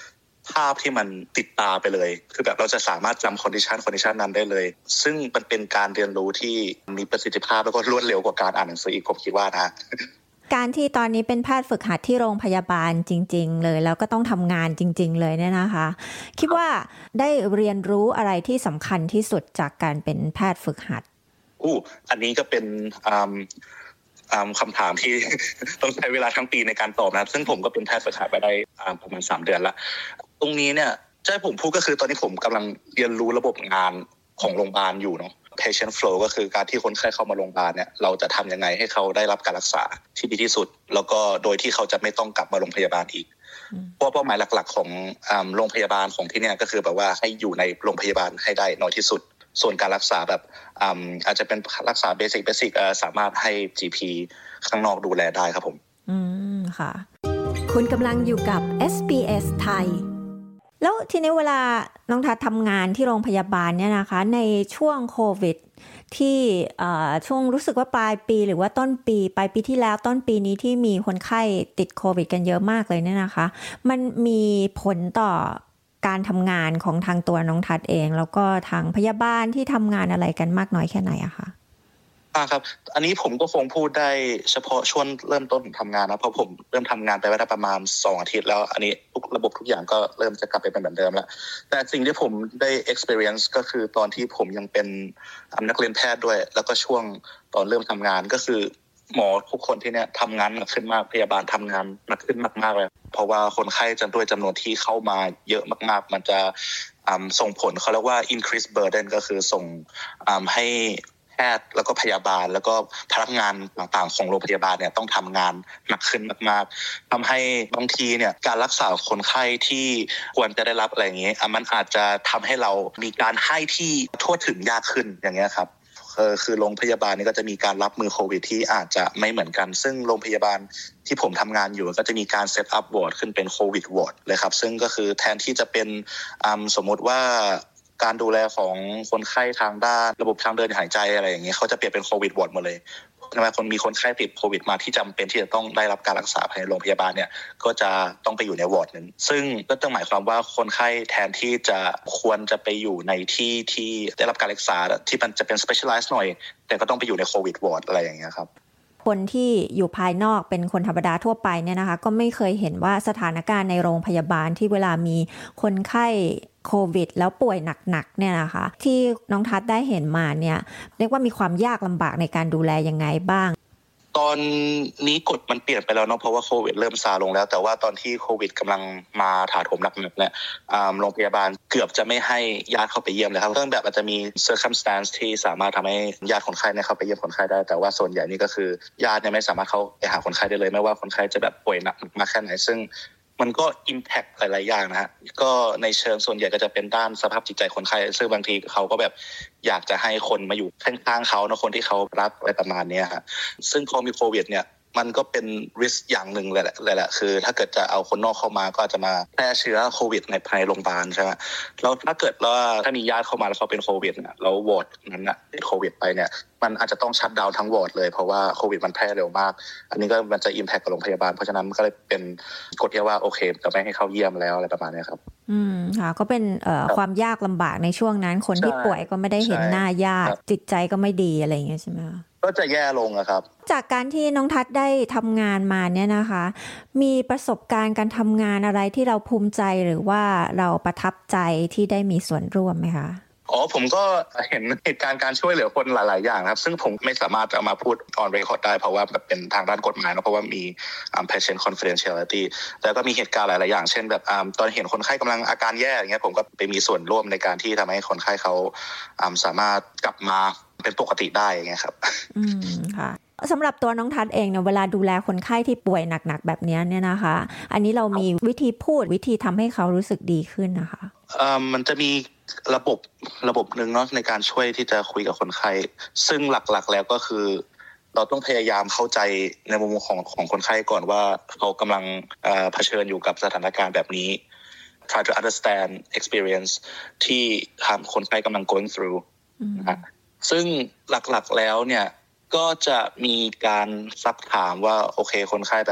ภาพที่มันติดตาไปเลยคือแบบเราจะสามารถจำคอนดิชันคอนดิชันนั้นได้เลยซึ่งมันเป็นการเรียนรู้ที่มีประสิทธิภาพแล้วก็รวดเร็วกว่าการอ่านหนังสืออีกผมคิดว่านะการที่ตอนนี้เป็นแพทย์ฝึกหัดที่โรงพยาบาลจริงๆเลยแล้วก็ต้องทำงานจริงๆเลยเนี่ยนะคะคิดว่าได้เรียนรู้อะไรที่สำคัญที่สุดจากการเป็นแพทย์ฝึกหัดอู้อันนี้ก็เป็นคำถามที่ ต้องใช้เวลาทั้งปีในการตอบนะซึ่งผมก็เป็นแพทย์ฝึกหัดไปได้ประมาณสามเดือนละตรงนี้เนี่ยจะให้ผมพูดก็คือตอนนี้ผมกำลังเรียนรู้ระบบงานของโรงพยาบาลอยู่เนาะ patient flow ก็คือการที่คนไข้เข้ามาโรงพยาบาลเนี่ยเราจะทำยังไงให้เขาได้รับการรักษาที่ดีที่สุดแล้วก็โดยที่เขาจะไม่ต้องกลับมาโรงพยาบาลอีกเพราะเป้าหมายหลักๆของโรงพยาบาลของที่เนี่ยก็คือแบบว่าให้อยู่ในโรงพยาบาลให้ได้น้อยที่สุดส่วนการรักษาแบบอาจจะเป็นรักษาเบสิกเบสิกสามารถให้ จี พี ข้างนอกดูแลได้ครับผมอืมค่ะคุณกำลังอยู่กับ เอส บี เอส ไทยแล้วทีนี้เวลาน้องทัศน์ทำงานที่โรงพยาบาลเนี่ยนะคะในช่วงโควิดที่ช่วงรู้สึกว่าปลายปีหรือว่าต้นปีปลายปีที่แล้วต้นปีนี้ที่มีคนไข้ติดโควิดกันเยอะมากเลยเนี่ยนะคะมันมีผลต่อการทำงานของทางตัวน้องทัศน์เองแล้วก็ทางพยาบาลที่ทำงานอะไรกันมากน้อยแค่ไหนอะคะอ่าครับอันนี้ผมก็คงพูดได้เฉพาะช่วงเริ่มต้นของทำงานนะเพราะผมเริ่มทำงานไปได้ประมาณสองอาทิตย์แล้วอันนี้ทุกระบบทุกอย่างก็เริ่มจะกลับไปเป็นเหมือนเดิมแล้วแต่สิ่งที่ผมได้ experience ก็คือตอนที่ผมยังเป็นนักเรียนแพทย์ด้วยแล้วก็ช่วงตอนเริ่มทำงานก็คือหมอทุกคนที่เนี่ยทำงานหนักขึ้นมากพยาบาลทำงานหนักขึ้นมากๆเลยเพราะว่าคนไข้จำด้วยจำนวนที่เข้ามาเยอะมากๆมันจะส่งผลเขาเรียกว่า increase burden ก็คือส่งให้แพทย์แล้วก็พยาบาลแล้วก็พนักงานต่างๆของโรงพยาบาลเนี่ยต้องทำงานหนักขึ้นมากๆทำให้บางทีเนี่ยการรักษาคนไข้ที่ควรจะได้รับอะไรอย่างเงี้ยมันอาจจะทำให้เรามีการให้ที่ทั่วถึงยากขึ้นอย่างเงี้ยครับเออคือโรงพยาบาลนี่ก็จะมีการรับมือโควิดที่อาจจะไม่เหมือนกันซึ่งโรงพยาบาลที่ผมทำงานอยู่ก็จะมีการเซตอัพวอร์ดขึ้นเป็นโควิดวอร์ดเลยครับซึ่งก็คือแทนที่จะเป็นสมมติว่าการดูแลของคนไข้ทางด้านระบบทางเดินหายใจอะไรอย่างเงี้ยเขาจะเปลี่ยนเป็นโควิดวอร์ดหมดเลยทำไมคนมีคนไข้ติดโควิดมาที่จำเป็นที่จะต้องได้รับการรักษาภายในโรงพยาบาลเนี่ยก็จะต้องไปอยู่ในวอร์ดนึงซึ่งก็ต้องหมายความว่าคนไข้แทนที่จะควรจะไปอยู่ในที่ที่ได้รับการรักษาที่มันจะเป็น specialized หน่อยแต่ก็ต้องไปอยู่ในโควิดวอร์ดอะไรอย่างเงี้ยครับคนที่อยู่ภายนอกเป็นคนธรรมดาทั่วไปเนี่ยนะคะก็ไม่เคยเห็นว่าสถานการณ์ในโรงพยาบาลที่เวลามีคนไข้โควิดแล้วป่วยหนักๆเนี่ยนะคะที่น้องทัศน์ได้เห็นมาเนี่ยเรียกว่ามีความยากลำบากในการดูแลยังไงบ้างตอนนี้กฎมันเปลี่ยนไปแล้วเนาะเพราะว่าโควิดเริ่มซาลงแล้วแต่ว่าตอนที่โควิดกำลังมาถาโถมหนักๆเนี่ยโรงพยาบาลเกือบจะไม่ให้ญาติเข้าไปเยี่ยมเลยครับเรื่องแบบอาจจะมี circumstance ที่สามารถทำให้ญาติคนไข้เนี่ยเข้าไปเยี่ยมคนไข้ได้แต่ว่าส่วนใหญ่นี่ก็คือญาติเนี่ยไม่สามารถเข้าไปหาคนไข้ได้เลยไม่ว่าคนไข้จะแบบป่วยหนักมากแค่ไหนซึ่งมันก็ impact หลายๆอย่างนะฮะก็ในเชิงส่วนใหญ่ก็จะเป็นด้านสภาพจิตใจคนไข้ซึ่งบางทีเขาก็แบบอยากจะให้คนมาอยู่ข้างๆเขานะคนที่เขารักอะไรประมาณนี้ฮะซึ่งพอมีโควิดเนี่ยมันก็เป็น risk อย่างหนึ่งเลยแหละเลยแหละคือถ้าเกิดจะเอาคนนอกเข้ามาก็อาจจะมาแพร่เชื้อโควิดในภายในโรงพยาบาลใช่ไหมแล้วถ้าเกิดว่าถ้ามีญาติเข้ามาแล้วเขาเป็นโควิดเนี่ยแล้ววอร์ดนั้นน่ะติดโควิดไปเนี่ยมันอาจจะต้องชัตดาวน์ทั้งวอร์ดเลยเพราะว่าโควิดมันแพร่เร็วมากอันนี้ก็มันจะ impact กับโรงพยาบาลเพราะฉะนั้นก็เลยเป็นกฎที่ว่าโอเคจะไม่ให้เข้าเยี่ยมแล้วอะไรประมาณนี้ครับอืมค่ะก็เป็นเอ่อความยากลำบากในช่วงนั้นคนที่ป่วยก็ไม่ได้เห็นหน้าญาติจิตใจก็ไม่ดีอะไรอย่างเงี้ยใช่ไหมคะก็จะแย่ลงอะครับจากการที่น้องทัศน์ได้ทำงานมาเนี่ยนะคะมีประสบการณ์การทำงานอะไรที่เราภูมิใจหรือว่าเราประทับใจที่ได้มีส่วนร่วมไหมคะอ๋อผมก็เห็นเหตุการณ์การช่วยเหลือคนหลายๆอย่างครับซึ่งผมไม่สามารถจะมาพูด on record ได้เพราะว่าแบบเป็นทางด้านกฎหมายเนาะเพราะว่ามี patient confidentiality แล้วก็มีเหตุการณ์หลายๆอย่างเช่นแบบตอนเห็นคนไข้กำลังอาการแย่อย่างเงี้ยผมก็ไปมีส่วนร่วมในการที่ทำให้คนไข้เขาสามารถกลับมาเป็นปกติได้อย่างเงี้ยครับอืมค่ะสำหรับตัวน้องทัศน์เองเนี่ยเวลาดูแลคนไข้ที่ป่วยหนักๆแบบนี้เนี่ยนะคะอันนี้เรามีวิธีพูดวิธีทำให้เขารู้สึกดีขึ้นนะคะเอ่อมันจะมีระบบระบบนึงเนาะในการช่วยที่จะคุยกับคนไข้ซึ่งหลักๆแล้วก็คือเราต้องพยายามเข้าใจในมุมของของคนไข้ก่อนว่าเขากำลังเอ่อเผชิญอยู่กับสถานการณ์แบบนี้ try to understand experience ที่ทางคนไข้กำลัง going through นะฮะซึ่งหลักๆแล้วเนี่ยก็จะมีการซักถามว่าโอเคคนไข้แบบ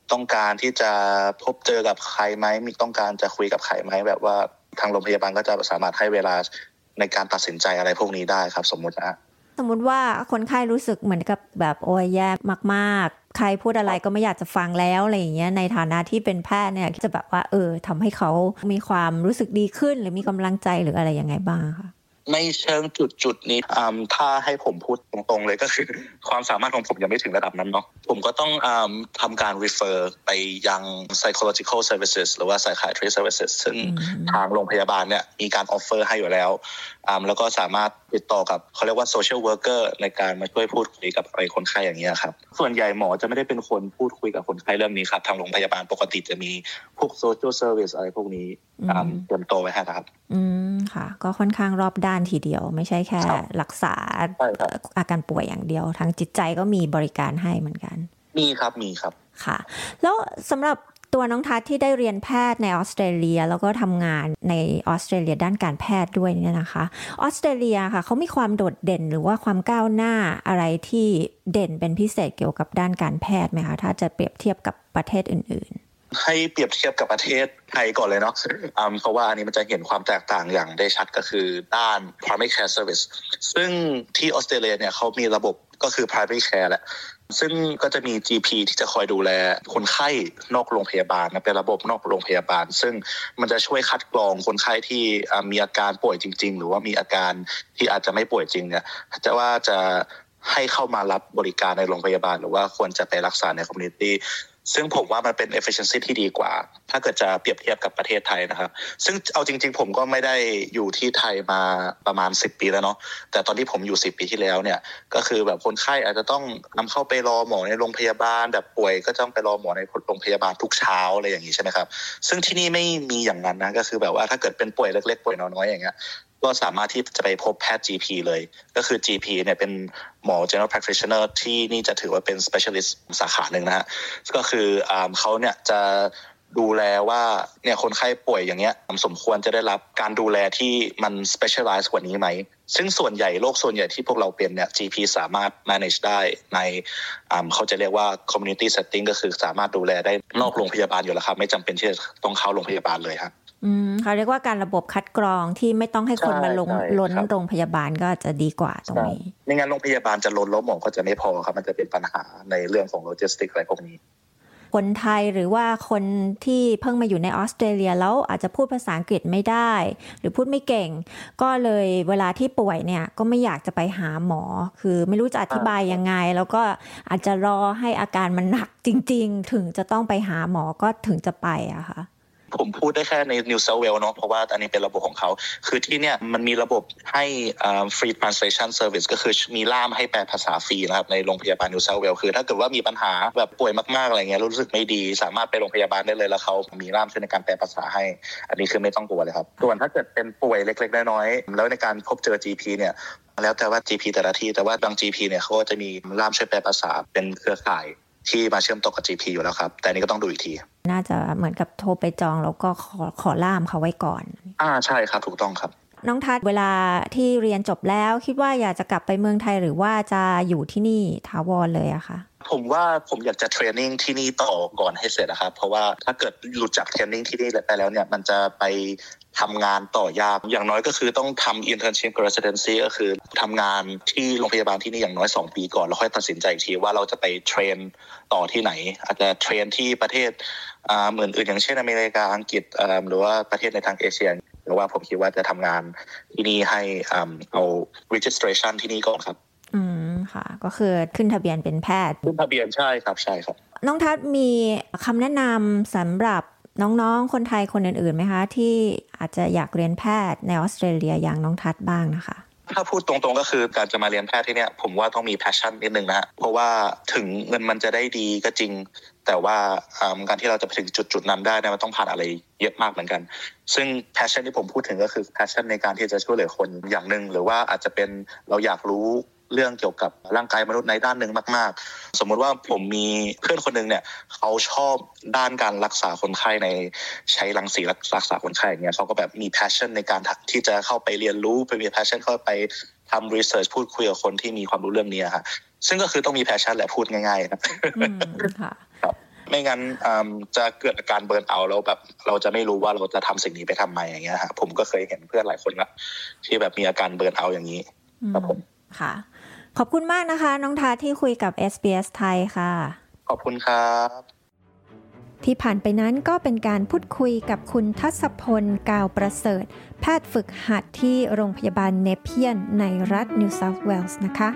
ต้องการที่จะพบเจอกับใครไหมมีต้องการจะคุยกับใครไหมแบบว่าทางโรงพยาบาลก็จะสามารถให้เวลาในการตัดสินใจอะไรพวกนี้ได้ครับสมมุตินะสมมุติว่าคนไข้รู้สึกเหมือนกับแบบโอ้ยแย่มากๆใครพูดอะไรก็ไม่อยากจะฟังแล้วอะไรอย่างเงี้ยในฐานะที่เป็นแพทย์เนี่ยจะแบบว่าเออทำให้เขามีความรู้สึกดีขึ้นหรือมีกำลังใจหรืออะไรยังไงบ้างคะในเชิงจุดๆนี้ถ้าให้ผมพูดตรงๆเลยก็คือความสามารถของผมยังไม่ถึงระดับนั้นเนาะผมก็ต้องทำการ refer ไปยัง psychological services หรือว่า psychiatry services ซึ่งทางโรงพยาบาลเนี่ยมีการ offer ให้อยู่แล้วแล้วก็สามารถติดต่อกับเขาเรียกว่า social worker ในการมาช่วยพูดคุยกับคนไข้อย่างเงี้ยครับส่วนใหญ่หมอจะไม่ได้เป็นคนพูดคุยกับคนไข้เรื่องนี้ครับทางโรงพยาบาลปกติจะมีพวก social service อะไรพวกนี้เตรียมตัวไว้ให้ครับอืมค่ะก็ค่อนข้างรอบด้านทีเดียวไม่ใช่แค่รักษาอาการป่วยอย่างเดียวทางจิตใจก็มีบริการให้เหมือนกันมีครับมีครับค่ะแล้วสำหรับตัวน้องทัศน์ที่ได้เรียนแพทย์ในออสเตรเลียแล้วก็ทำงานในออสเตรเลียด้านการแพทย์ด้วยเนี่ยนะคะออสเตรเลียค่ะเขามีความโดดเด่นหรือว่าความก้าวหน้าอะไรที่เด่นเป็นพิเศษเกี่ยวกับด้านการแพทย์ไหมคะถ้าจะเปรียบเทียบกับประเทศอื่นๆให้เปรียบเทียบกับประเทศไทยก่อนเลยเนาะเพราะว่าอันนี้มันจะเห็นความแตกต่างอย่างได้ชัดก็คือด้าน primary care service ซึ่งที่ออสเตรเลียเนี่ยเขามีระบบก็คือ primary care แหละซึ่งก็จะมี จี พี ที่จะคอยดูแลคนไข้นอกโรงพยาบาลนะเป็นระบบนอกโรงพยาบาลซึ่งมันจะช่วยคัดกรองคนไข้ที่มีอาการป่วยจริงๆหรือว่ามีอาการที่อาจจะไม่ป่วยจริงเนี่ยจะว่าจะให้เข้ามารับบริการในโรงพยาบาลหรือว่าควรจะไปรักษาใน communityซึ่งผมว่ามันเป็น efficiency ที่ดีกว่าถ้าเกิดจะเปรียบเทียบกับประเทศไทยนะครับซึ่งเอาจริงๆผมก็ไม่ได้อยู่ที่ไทยมาประมาณสิบปีแล้วเนาะแต่ตอนที่ผมอยู่สิบปีที่แล้วเนี่ยก็คือแบบคนไข้อาจจะต้องนำเข้าไปรอหมอในโรงพยาบาลแบบป่วยก็ต้องไปรอหมอในโรงพยาบาลทุกเช้าอะไรอย่างนี้ใช่ไหมครับซึ่งที่นี่ไม่มีอย่างนั้นนะก็คือแบบว่าถ้าเกิดเป็นป่วยเล็กๆป่วยน้อยๆอย่างเงี้ยก็สามารถที่จะไปพบแพทย์ จี พี เลยก็คือ จี พี เนี่ยเป็นหมอ general practitioner ที่นี่จะถือว่าเป็น specialist สาขาหนึ่งนะฮะก็คือเขาเนี่ยจะดูแลว่าเนี่ยคนไข้ป่วยอย่างเงี้ยสมควรจะได้รับการดูแลที่มัน specialize กว่านี้ไหมซึ่งส่วนใหญ่โรคส่วนใหญ่ที่พวกเราเป็นเนี่ย จี พี สามารถ manage ได้ในเขาจะเรียกว่า community setting ก็คือสามารถดูแลได้นอกโรงพยาบาลอยู่แล้วครับไม่จำเป็นที่จะต้องเข้าโรงพยาบาลเลยครับอืมเขาเรียกว่าการระบบคัดกรองที่ไม่ต้องให้คนมาลงล้นโรงพยาบาลก็จะดีกว่าตรงนี้ไม่งั้นโรงพยาบาลจะล้นแล้วหมอก็จะไม่พอครับมันจะเป็นปัญหาในเรื่องของโลจิสติกอะไรพวกนี้คนไทยหรือว่าคนที่เพิ่งมาอยู่ในออสเตรเลียแล้วอาจจะพูดภาษาอังกฤษไม่ได้หรือพูดไม่เก่งก็เลยเวลาที่ป่วยเนี่ยก็ไม่อยากจะไปหาหมอคือไม่รู้จะอธิบายยังไงแล้วก็อาจจะรอให้อาการมันหนักจริงๆถึงจะต้องไปหาหมอก็ถึงจะไปอะค่ะผมพูดได้แค่ใน New South Wales เนาะเพราะว่าอันนี้เป็นระบบของเขาคือที่เนี่ยมันมีระบบให้ free translation service ก็คือมีล่ามให้แปลภาษาฟรีนะครับในโรงพยาบาล New South Wales คือถ้าเกิดว่ามีปัญหาแบบป่วยมากๆอะไรเงี้ยรู้สึกไม่ดีสามารถไปโรงพยาบาลได้เลยแล้วเขามีล่ามช่วยในการแปลภาษาให้อันนี้คือไม่ต้องกลัวเลยครับส่วนถ้าเกิดเป็นป่วยเล็กๆน้อยๆแล้วในการพบเจอ จี พี เนี่ยแล้วแต่ว่า จี พี แต่ละที่แต่ว่าบาง จี พี เนี่ยเขาก็จะมีล่ามช่วยแปลภาษาเป็นเครือข่ายที่มาเชื่อมต่อกับ จี พี อยู่แล้วครับแต่อันนี้ก็ต้องดูอีกทีน่าจะเหมือนกับโทรไปจองแล้วก็ขอขอล่ามเขาไว้ก่อนอ่าใช่ครับถูกต้องครับน้องทัศน์เวลาที่เรียนจบแล้วคิดว่าอยากจะกลับไปเมืองไทยหรือว่าจะอยู่ที่นี่ถาวรเลยอะคะผมว่าผมอยากจะเทรนนิ่งที่นี่ต่อก่อนให้เสร็จนะครับเพราะว่าถ้าเกิดหลุดจากเทรนนิ่งที่นี่ไปแล้วเนี่ยมันจะไปทำงานต่อยากอย่างน้อยก็คือต้องทำ internship residency ก็คือทำงานที่โรงพยาบาลที่นี่อย่างน้อยสองปีก่อนแล้วค่อยตัดสินใจอีกทีว่าเราจะไปเทรนต่อที่ไหนอาจจะเทรนที่ประเทศอ่าเหมือนอื่นอย่างเช่นอเมริกาอังกฤษอ่าหรือว่าประเทศในทางเอเชียหรือว่าผมคิดว่าจะทำงานที่นี่ให้อ่าเอา registration ที่นี่ก่อนครับอืมค่ะก็คือขึ้นทะเบียนเป็นแพทย์ขึ้นทะเบียนใช่ครับใช่ครับน้องทัศน์มีคำแนะนำสำหรับน้องๆคนไทยคนอื่นๆไหมคะที่อาจจะอยากเรียนแพทย์ในออสเตรเลียอย่างน้องทัศน์บ้างนะคะถ้าพูดตรงๆก็คือการจะมาเรียนแพทย์ที่เนี่ยผมว่าต้องมี passion นิดนึงนะฮะเพราะว่าถึงเงินมันจะได้ดีก็จริงแต่ว่าการที่เราจะไปถึงจุดๆนั้นได้เนี่ยมันต้องผ่านอะไรเยอะมากเหมือนกันซึ่ง passion ที่ผมพูดถึงก็คือ passion ในการที่จะช่วยเหลือคนอย่างนึงหรือว่าอาจจะเป็นเราอยากรู้เรื่องเกี่ยวกับร่างกายมนุษย์ในด้านหนึ่งมากๆสมมุติว่าผมมีเพื่อนคนนึงเนี่ยเขาชอบด้านการรักษาคนไข้ในใช้รังสีรักษาคนไข้อย่างเงี้ยเขาก็แบบมี passion ในการที่จะเข้าไปเรียนรู้ไปมี passion เข้าไปทำ research พูดคุยกับคนที่มีความรู้เรื่องนี้ค่ะซึ่งก็คือต้องมี passion แหละพูดง่ายๆครับอืมค่ะไม่งั้นจะเกิดอาการเบิร์นเอาท์แล้วแบบเราจะไม่รู้ว่าเราจะทำสิ่งนี้ไปทำไมอย่างเงี้ยฮะผมก็เคยเห็นเพื่อนหลายคนละที่แบบมีอาการเบิร์นเอาท์อย่างนี้ครับผมค่ะขอบคุณมากนะคะน้องทัศน์ที่คุยกับ เอส บี เอส ไทยค่ะขอบคุณครับที่ผ่านไปนั้นก็เป็นการพูดคุยกับคุณทัศพลกาวประเสริฐแพทย์ฝึกหัดที่โรงพยาบาลเนเพียนในรัฐนิวเซาท์เวลส์นะคะ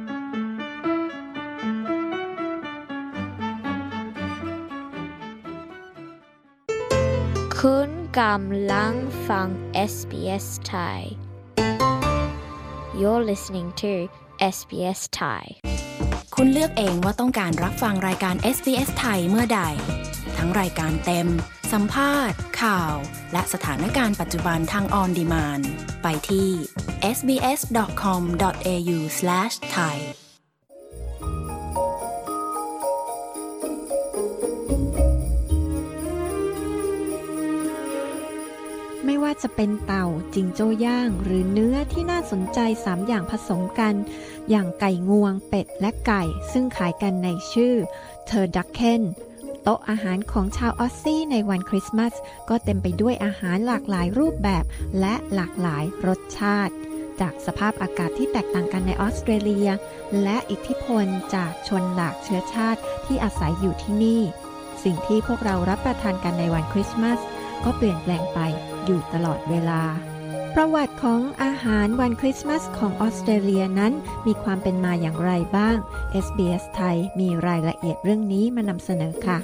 คุณกำลังฟัง เอส บี เอส ไทย You're listening to เอส บี เอส Thai คุณเลือกเองว่าต้องการรับฟังรายการ เอส บี เอส ไทยเมื่อใดทั้งรายการเต็มสัมภาษณ์ข่าวและสถานการณ์ปัจจุบันทางออนดีมานด์ไปที่ เอส บี เอส ดอท คอม ดอท เอ ยู สแลช ไทยไม่ว่าจะเป็นเต่าจิงโจ้ย่างหรือเนื้อที่น่าสนใจสามอย่างผสมกันอย่างไก่งวงเป็ดและไก่ซึ่งขายกันในชื่อ Turducken โต๊ะอาหารของชาวออสซี่ในวันคริสต์มาสก็เต็มไปด้วยอาหารหลากหลายรูปแบบและหลากหลายรสชาติจากสภาพอากาศที่แตกต่างกันในออสเตรเลียและอิทธิพลจากชนหลากเชื้อชาติที่อาศัยอยู่ที่นี่สิ่งที่พวกเรารับประทานกันในวันคริสต์มาสก็เปลี่ยนแปลงไปอยู่ตลอดเวลาประวัติของอาหารวันคริสต์มาสของออสเตรเลียนั้นมีความเป็นมาอย่างไรบ้าง เอส บี เอส ไทยมีรายละเอียดเรื่องนี้มานำเสนอค่ะ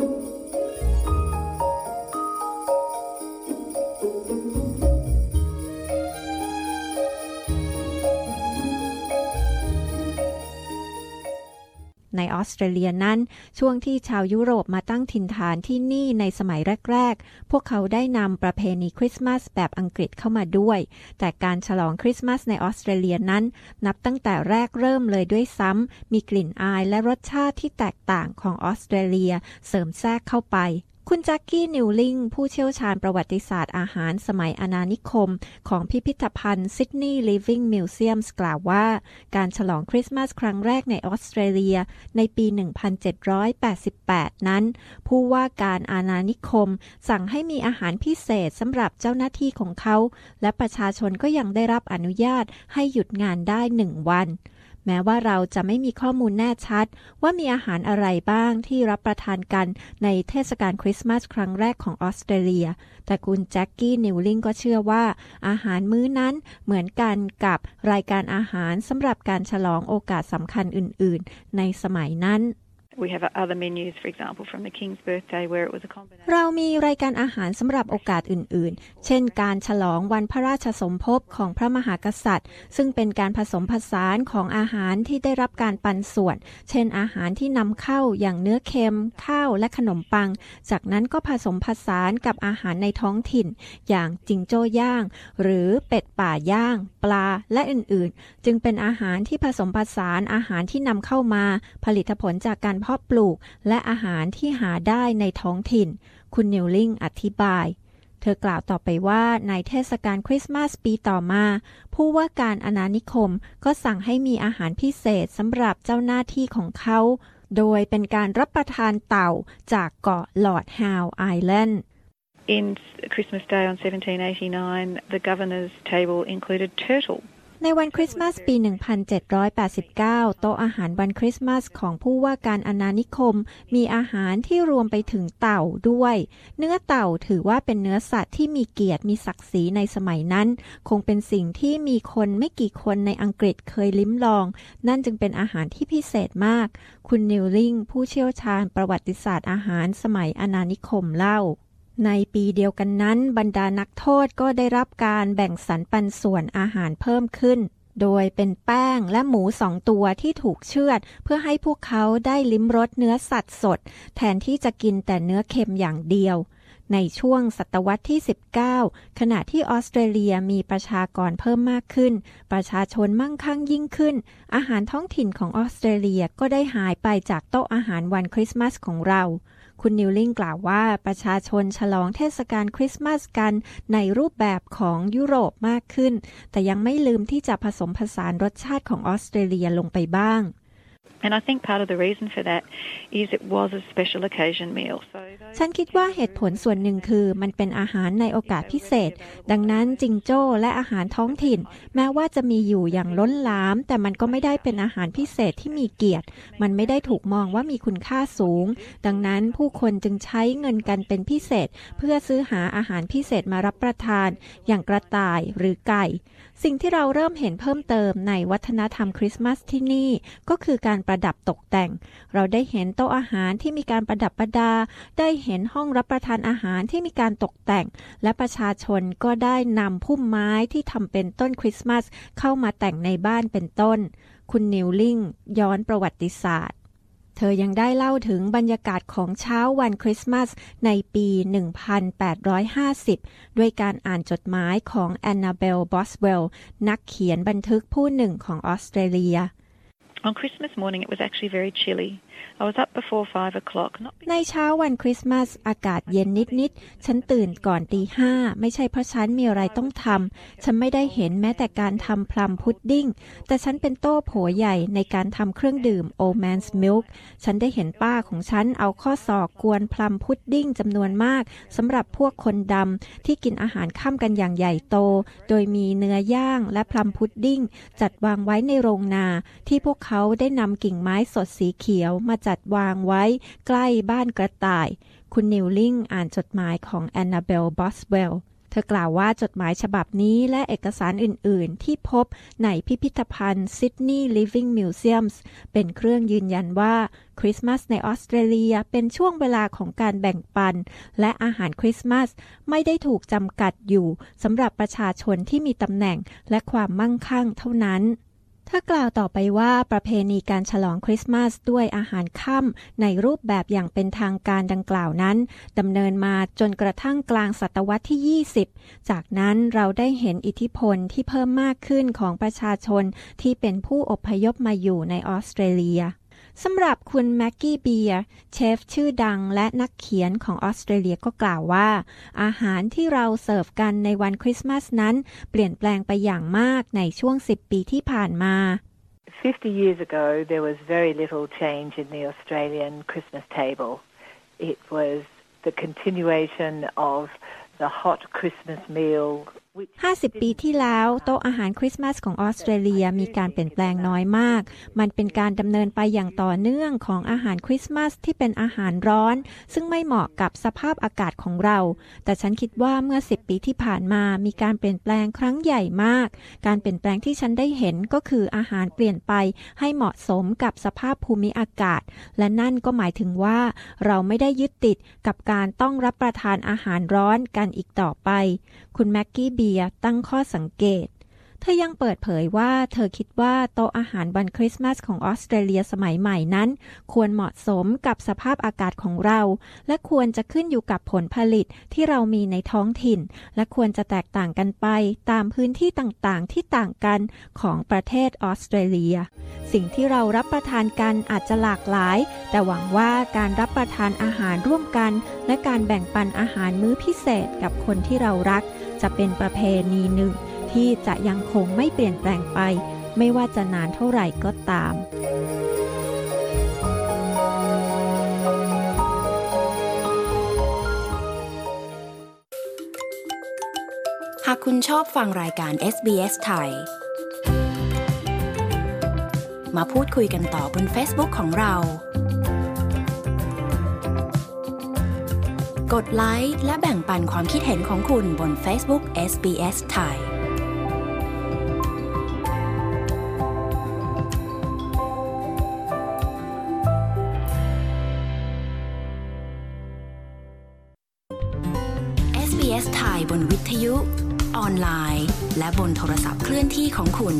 ในออสเตรเลียนั้นช่วงที่ชาวยุโรปมาตั้งถิ่นฐานที่นี่ในสมัยแรกๆพวกเขาได้นำประเพณีคริสต์มาสแบบอังกฤษเข้ามาด้วยแต่การฉลองคริสต์มาสในออสเตรเลียนั้นนับตั้งแต่แรกเริ่มเลยด้วยซ้ำมีกลิ่นอายและรสชาติที่แตกต่างของออสเตรเลียเสริมแทรกเข้าไปคุณแจ็คกี้นิวลิงผู้เชี่ยวชาญประวัติศาสตร์อาหารสมัยอาณานิคมของพิพิธภัณฑ์ซิดนีย์ Living Museums กล่าวว่าการฉลองคริสต์มาสครั้งแรกในออสเตรเลียในปี หนึ่งพันเจ็ดร้อยแปดสิบแปด นั้นผู้ว่าการอาณานิคมสั่งให้มีอาหารพิเศษสำหรับเจ้าหน้าที่ของเขาและประชาชนก็ยังได้รับอนุญาตให้หยุดงานได้หนึ่งวันแม้ว่าเราจะไม่มีข้อมูลแน่ชัดว่ามีอาหารอะไรบ้างที่รับประทานกันในเทศกาลคริสต์มาสครั้งแรกของออสเตรเลียแต่คุณแจ็คกี้นิวลิงก็เชื่อว่าอาหารมื้อนั้นเหมือนกันกับรายการอาหารสำหรับการฉลองโอกาสสำคัญอื่นๆในสมัยนั้น We have other menus, for example, from the King's birthday where it was a combination. เรามีรายการอาหารสำหรับโอกาสอื่นๆเช่นการฉลองวันพระราชสมภพของพระมหากษัตริย์ซึ่งเป็นการผสมผสานของอาหารที่ได้รับการปันส่วนเช่นอาหารที่นำเข้าอย่างเนื้อเค็มข้าวและขนมปังจากนั้นก็ผสมผสานกับอาหารในท้องถิ่นอย่างจิงโจ้ย่างหรือเป็ดป่าย่างปลาและอื่นๆจึงเป็นอาหารที่ผสมผสานอาหารที่นำเข้ามาผลิตผลจากการเพาะปลูกและอาหารที่หาได้ในท้องถิ่นคุณนิวลิงอธิบายเธอกล่าวต่อไปว่าในเทศกาลคริสต์มาสปีต่อมาผู้ว่าการอาณานิคมก็สั่งให้มีอาหารพิเศษสำหรับเจ้าหน้าที่ของเขาโดยเป็นการรับประทานเต่าจากเกาะลอร์ดฮาวไอแลนด์ In Christmas Day on seventeen eighty-nine, the governor's table included turtle. ในวันคริสต์มาสปี หนึ่งพันเจ็ดร้อยแปดสิบเก้า โต๊ะอาหารวันคริสต์มาสของผู้ว่าการอาณานิคมมีอาหารที่รวมไปถึงเต่าด้วยเนื้อเต่าถือว่าเป็นเนื้อสัตว์ที่มีเกียรติมีศักดิ์ศรีในสมัยนั้นคงเป็นสิ่งที่มีคนไม่กี่คนในอังกฤษเคยลิ้มลองนั่นจึงเป็นอาหารที่พิเศษมากคุณนิวลิงผู้เชี่ยวชาญประวัติศาสตร์อาหารสมัยอาณานิคมเล่าในปีเดียวกันนั้นบรรดานักโทษก็ได้รับการแบ่งสรรปันส่วนอาหารเพิ่มขึ้นโดยเป็นแป้งและหมูสองตัวที่ถูกเชือดเพื่อให้พวกเขาได้ลิ้มรสเนื้อสัตว์สดแทนที่จะกินแต่เนื้อเค็มอย่างเดียวในช่วงศตวรรษที่สิบเก้าขณะที่ออสเตรเลียมีประชากรเพิ่มมากขึ้นประชาชนมั่งคั่งยิ่งขึ้นอาหารท้องถิ่นของออสเตรเลียก็ได้หายไปจากโต๊ะอาหารวันคริสต์มาสของเราคุณนิวลิงกล่าวว่าประชาชนฉลองเทศกาลคริสต์มาสกันในรูปแบบของยุโรปมากขึ้นแต่ยังไม่ลืมที่จะผสมผสานรสชาติของออสเตรเลียลงไปบ้าง And I think part of the reason for that is it was a special occasion meal. So ฉันคิดว่าเหตุผลส่วนหนึ่งคือมันเป็นอาหารในโอกาสพิเศษดังนั้นจิงโจ้และอาหารท้องถิ่นแม้ว่าจะมีอยู่อย่างล้นหลามแต่มันก็ไม่ได้เป็นอาหารพิเศษที่มีเกียรติมันไม่ได้ถูกมองว่ามีคุณค่าสูงดังนั้นผู้คนจึงใช้เงินกันเป็นพิเศษเพื่อซื้อหาอาหารพิเศษมารับประทานอย่างกระต่ายหรือไก่สิ่งที่เราเริ่มเห็นเพิ่มเติมในวัฒนธรรมคริสต์มาสที่นี่ก็คือการประดับตกแต่งเราได้เห็นโต๊ะอาหารที่มีการประดับประดาได้เห็นห้องรับประทานอาหารที่มีการตกแต่งและประชาชนก็ได้นำพุ่มไม้ที่ทำเป็นต้นคริสต์มาสเข้ามาแต่งในบ้านเป็นต้นคุณนิวลิงย้อนประวัติศาสตร์เธอยังได้เล่าถึงบรรยากาศของเช้าวันคริสต์มาสในปี หนึ่งพันแปดร้อยห้าสิบ ด้วยการอ่านจดหมายของแอนนาเบล บอสเวลล์นักเขียนบันทึกผู้หนึ่งของออสเตรเลีย On Christmas morning it was actually very chilly. I was up before five o'clock. ในเช้าวันคริสต์มาสอากาศเย็นนิดๆฉันตื่นก่อนตีห้าไม่ใช่เพราะฉันมีอะไรต้องทำฉันไม่ได้เห็นแม้แต่การทำพลัมพุดดิ้งแต่ฉันเป็นโต้โผใหญ่ในการทำเครื่องดื่ม Old Man's Milk ฉันได้เห็นป้าของฉันเอาข้อศอกกวนพลัมพุดดิ้งจำนวนมากสำหรับพวกคนดำที่กินอาหารค่ำกันอย่างใหญ่โตโดยมีเนื้อย่างและพลัมพุดดิ้งจัดวางไว้ในโรงนาที่พวกเขาได้นำกิ่งไม้สดสีเขียวมาจัดวางไว้ใกล้บ้านกระต่ายคุณนิวลิงอ่านจดหมายของแอนนาเบล บอสเวลล์เธอกล่าวว่าจดหมายฉบับนี้และเอกสารอื่นๆที่พบในพิพิธภัณฑ์ Sydney Living Museums เป็นเครื่องยืนยันว่าคริสต์มาสในออสเตรเลียเป็นช่วงเวลาของการแบ่งปันและอาหารคริสต์มาสไม่ได้ถูกจำกัดอยู่สำหรับประชาชนที่มีตำแหน่งและความมั่งคั่งเท่านั้นเธอกล่าวต่อไปว่าประเพณีการฉลองคริสต์มาสด้วยอาหารค่ำในรูปแบบอย่างเป็นทางการดังกล่าวนั้นดำเนินมาจนกระทั่งกลางศตวรรษที่ยี่สิบจากนั้นเราได้เห็นอิทธิพลที่เพิ่มมากขึ้นของประชาชนที่เป็นผู้อพยพมาอยู่ในออสเตรเลียสำหรับคุณแม็กกี้เบียร์เชฟชื่อดังและนักเขียนของออสเตรเลียก็กล่าวว่าอาหารที่เราเสิร์ฟกันในวันคริสต์มาสนั้นเปลี่ยนแปลงไปอย่างมากในช่วงสิบปีที่ผ่านมา fifty years ago there was very little change in the Australian Christmas table. It was the continuation of the hot Christmas meal ห้าสิบปีที่แล้วโต๊ะอาหารคริสต์มาสของออสเตรเลียมีการเปลี่ยนแปลงน้อยมากมันเป็นการดำเนินไปอย่างต่อเนื่องของอาหารคริสต์มาสที่เป็นอาหารร้อนซึ่งไม่เหมาะกับสภาพอากาศของเราแต่ฉันคิดว่าเมื่อสิบปีที่ผ่านมามีการเปลี่ยนแปลงครั้งใหญ่มากการเปลี่ยนแปลงที่ฉันได้เห็นก็คืออาหารเปลี่ยนไปให้เหมาะสมกับสภาพภูมิอากาศและนั่นก็หมายถึงว่าเราไม่ได้ยึดติดกับการต้องรับประทานอาหารร้อนกันอีกต่อไปคุณแม็กกี้เบียร์ตั้งข้อสังเกตเธอยังเปิดเผยว่าเธอคิดว่าโต๊ะอาหารวันคริสต์มาสของออสเตรเลียสมัยใหม่นั้นควรเหมาะสมกับสภาพอากาศของเราและควรจะขึ้นอยู่กับผลผลิตที่เรามีในท้องถิ่นและควรจะแตกต่างกันไปตามพื้นที่ต่างๆที่ต่างกันของประเทศออสเตรเลียสิ่งที่เรารับประทานกันอาจจะหลากหลายแต่หวังว่าการรับประทานอาหารร่วมกันและการแบ่งปันอาหารมื้อพิเศษกับคนที่เรารักจะเป็นประเพณีหนึ่งที่จะยังคงไม่เปลี่ยนแปลงไปไม่ว่าจะนานเท่าไหร่ก็ตามหากคุณชอบฟังรายการ เอส บี เอส ไทยมาพูดคุยกันต่อบน Facebook ของเรากดไลค์และแบ่งปันความคิดเห็นของคุณบน Facebook เอส บี เอส ไทยเอส บี เอส ไทยบนวิทยุออนไลน์และบนโทรศัพท์เคลื่อนที่ของคุณ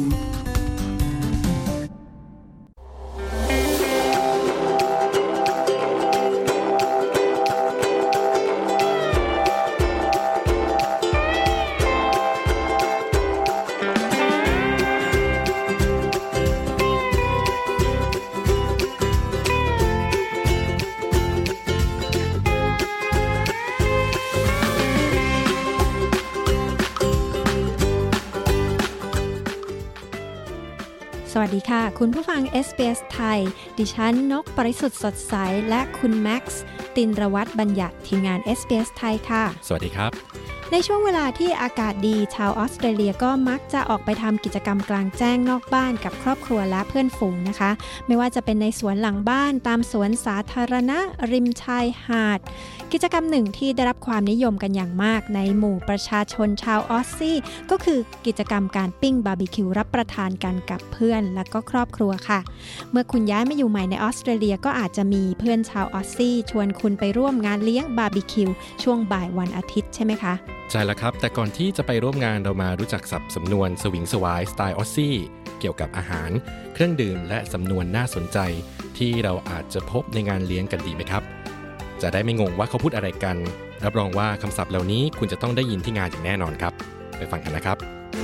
สวัสดีค่ะคุณผู้ฟัง เอส บี เอส ไทยดิฉันนกปริสุทธิ์สดใสและคุณแม็กซ์ตินรวัฒน์บัญญัติทีมงาน เอส บี เอส ไทยค่ะสวัสดีครับในช่วงเวลาที่อากาศดีชาวออสเตรเลียก็มักจะออกไปทำกิจกรรมกลางแจ้งนอกบ้านกับครอบครัวและเพื่อนฝูงนะคะไม่ว่าจะเป็นในสวนหลังบ้านตามสวนสาธารณะริมชายหาดกิจกรรมหนึ่งที่ได้รับความนิยมกันอย่างมากในหมู่ประชาชนชาวออสซี่ก็คือกิจกรรมการปิ้งบาร์บีคิวรับประทานกันกับเพื่อนและก็ครอบครัวค่ะเมื่อคุณย้ายมาอยู่ใหม่ในออสเตรเลียก็อาจจะมีเพื่อนชาวออสซี่ชวนคุณไปร่วมงานเลี้ยงบาร์บีคิวช่วงบ่ายวันอาทิตย์ใช่ไหมคะใช่แล้วครับแต่ก่อนที่จะไปร่วมงานเรามารู้จักศัพท์สำนวนสวิงสวายสไตล์ออสซี่เกี่ยวกับอาหารเครื่องดื่มและสำนวนน่าสนใจที่เราอาจจะพบในงานเลี้ยงกันดีไหมครับจะได้ไม่งงว่าเขาพูดอะไรกันรับรองว่าคำศัพท์เหล่านี้คุณจะต้องได้ยินที่งานอย่างแน่นอนครับไปฟังกันนะครับ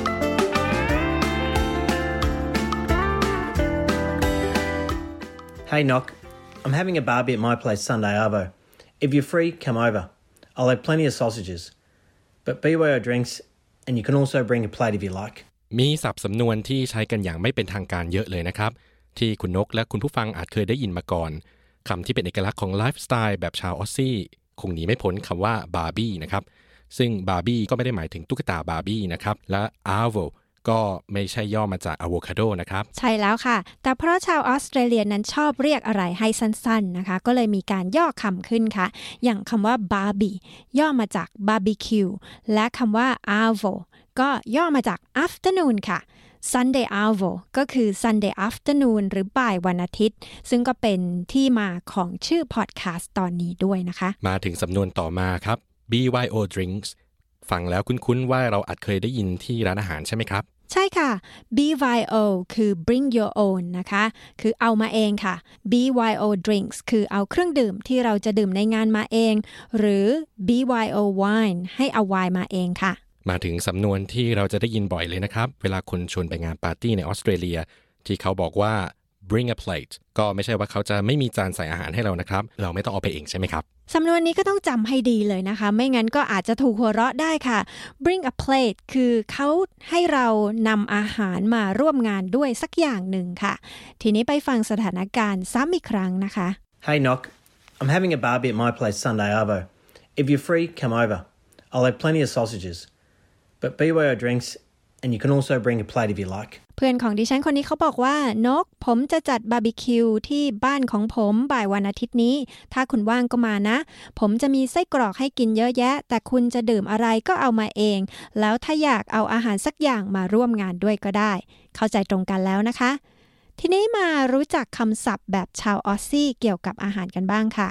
Hey Nock, I'm having a barbie at my place Sunday arvo. If you're free, come over. I'll have plenty of sausages. But B Y O drinks, and you can also bring a plate if you like. มีศัพท์สำนวนที่ใช้กันอย่างไม่เป็นทางการเยอะเลยนะครับที่คุณนกและคุณผู้ฟังอาจเคยได้ยินมาก่อนคำที่เป็นเอกลักษณ์ของไลฟ์สไตล์แบบชาวออสซี่คงหนีไม่พ้นคำว่าบาร์บี้นะครับซึ่งบาร์บี้ก็ไม่ได้หมายถึงตุ๊กตาบาร์บี้นะครับและอาร์โวก็ไม่ใช่ย่อมาจากอะโวคาโดนะครับใช่แล้วค่ะแต่เพราะชาวออสเตรเลียนั้นชอบเรียกอะไรให้สั้นๆนะคะก็เลยมีการย่อคำขึ้นค่ะอย่างคำว่าบาร์บี้ย่อมาจากบาร์บีคิวและคำว่าอาร์โวก็ย่อมาจาก afternoon ค่ะ Sunday arvo ก็คือ Sunday afternoon หรือบ่ายวันอาทิตย์ซึ่งก็เป็นที่มาของชื่อพอดแคสต์ตอนนี้ด้วยนะคะมาถึงสำนวนต่อมาครับ บี วาย โอ drinks ฟังแล้วคุ้นๆว่าเราอาจเคยได้ยินที่ร้านอาหารใช่ไหมครับใช่ค่ะ บี วาย โอ คือ bring your own นะคะคือเอามาเองค่ะ บี วาย โอ drinks คือเอาเครื่องดื่มที่เราจะดื่มในงานมาเองหรือ บี วาย โอ wine ให้เอาไวน์มาเองค่ะมาถึงสำนวนที่เราจะได้ยินบ่อยเลยนะครับเวลาคนชวนไปงานปาร์ตี้ในออสเตรเลียที่เขาบอกว่า bring a plate ก็ไม่ใช่ว่าเขาจะไม่มีจานใส่อาหารให้เรานะครับเราไม่ต้องเอาไปเองใช่ไหมครับสำนวนนี้ก็ต้องจำให้ดีเลยนะคะไม่งั้นก็อาจจะถูกหัวเราะได้ค่ะ bring a plate คือเขาให้เรานำอาหารมาร่วมงานด้วยสักอย่างหนึ่งค่ะทีนี้ไปฟังสถานการณ์ซ้ำอีกครั้งนะคะ Hey Nock, I'm having a barbie at my place Sunday arvo. If you're free, come over. I'll have plenty of sausages.But B Y O drinks, and you can also bring a plate if you like. เพื่อนของดิฉันคนนี้เขาบอกว่านกผมจะจัดบาร์บีคิวที่บ้านของผมบ่ายวันอาทิตย์นี้ถ้าคุณว่างก็มานะผมจะมีไส้กรอกให้กินเยอะแยะแต่คุณจะดื่มอะไรก็เอามาเองแล้วถ้าอยากเอาอาหารสักอย่างมาร่วมงานด้วยก็ได้เข้าใจตรงกันแล้วนะคะทีนี้มารู้จักคำศัพท์แบบชาวออสซี่เกี่ยวกับอาหารกันบ้างค่ะ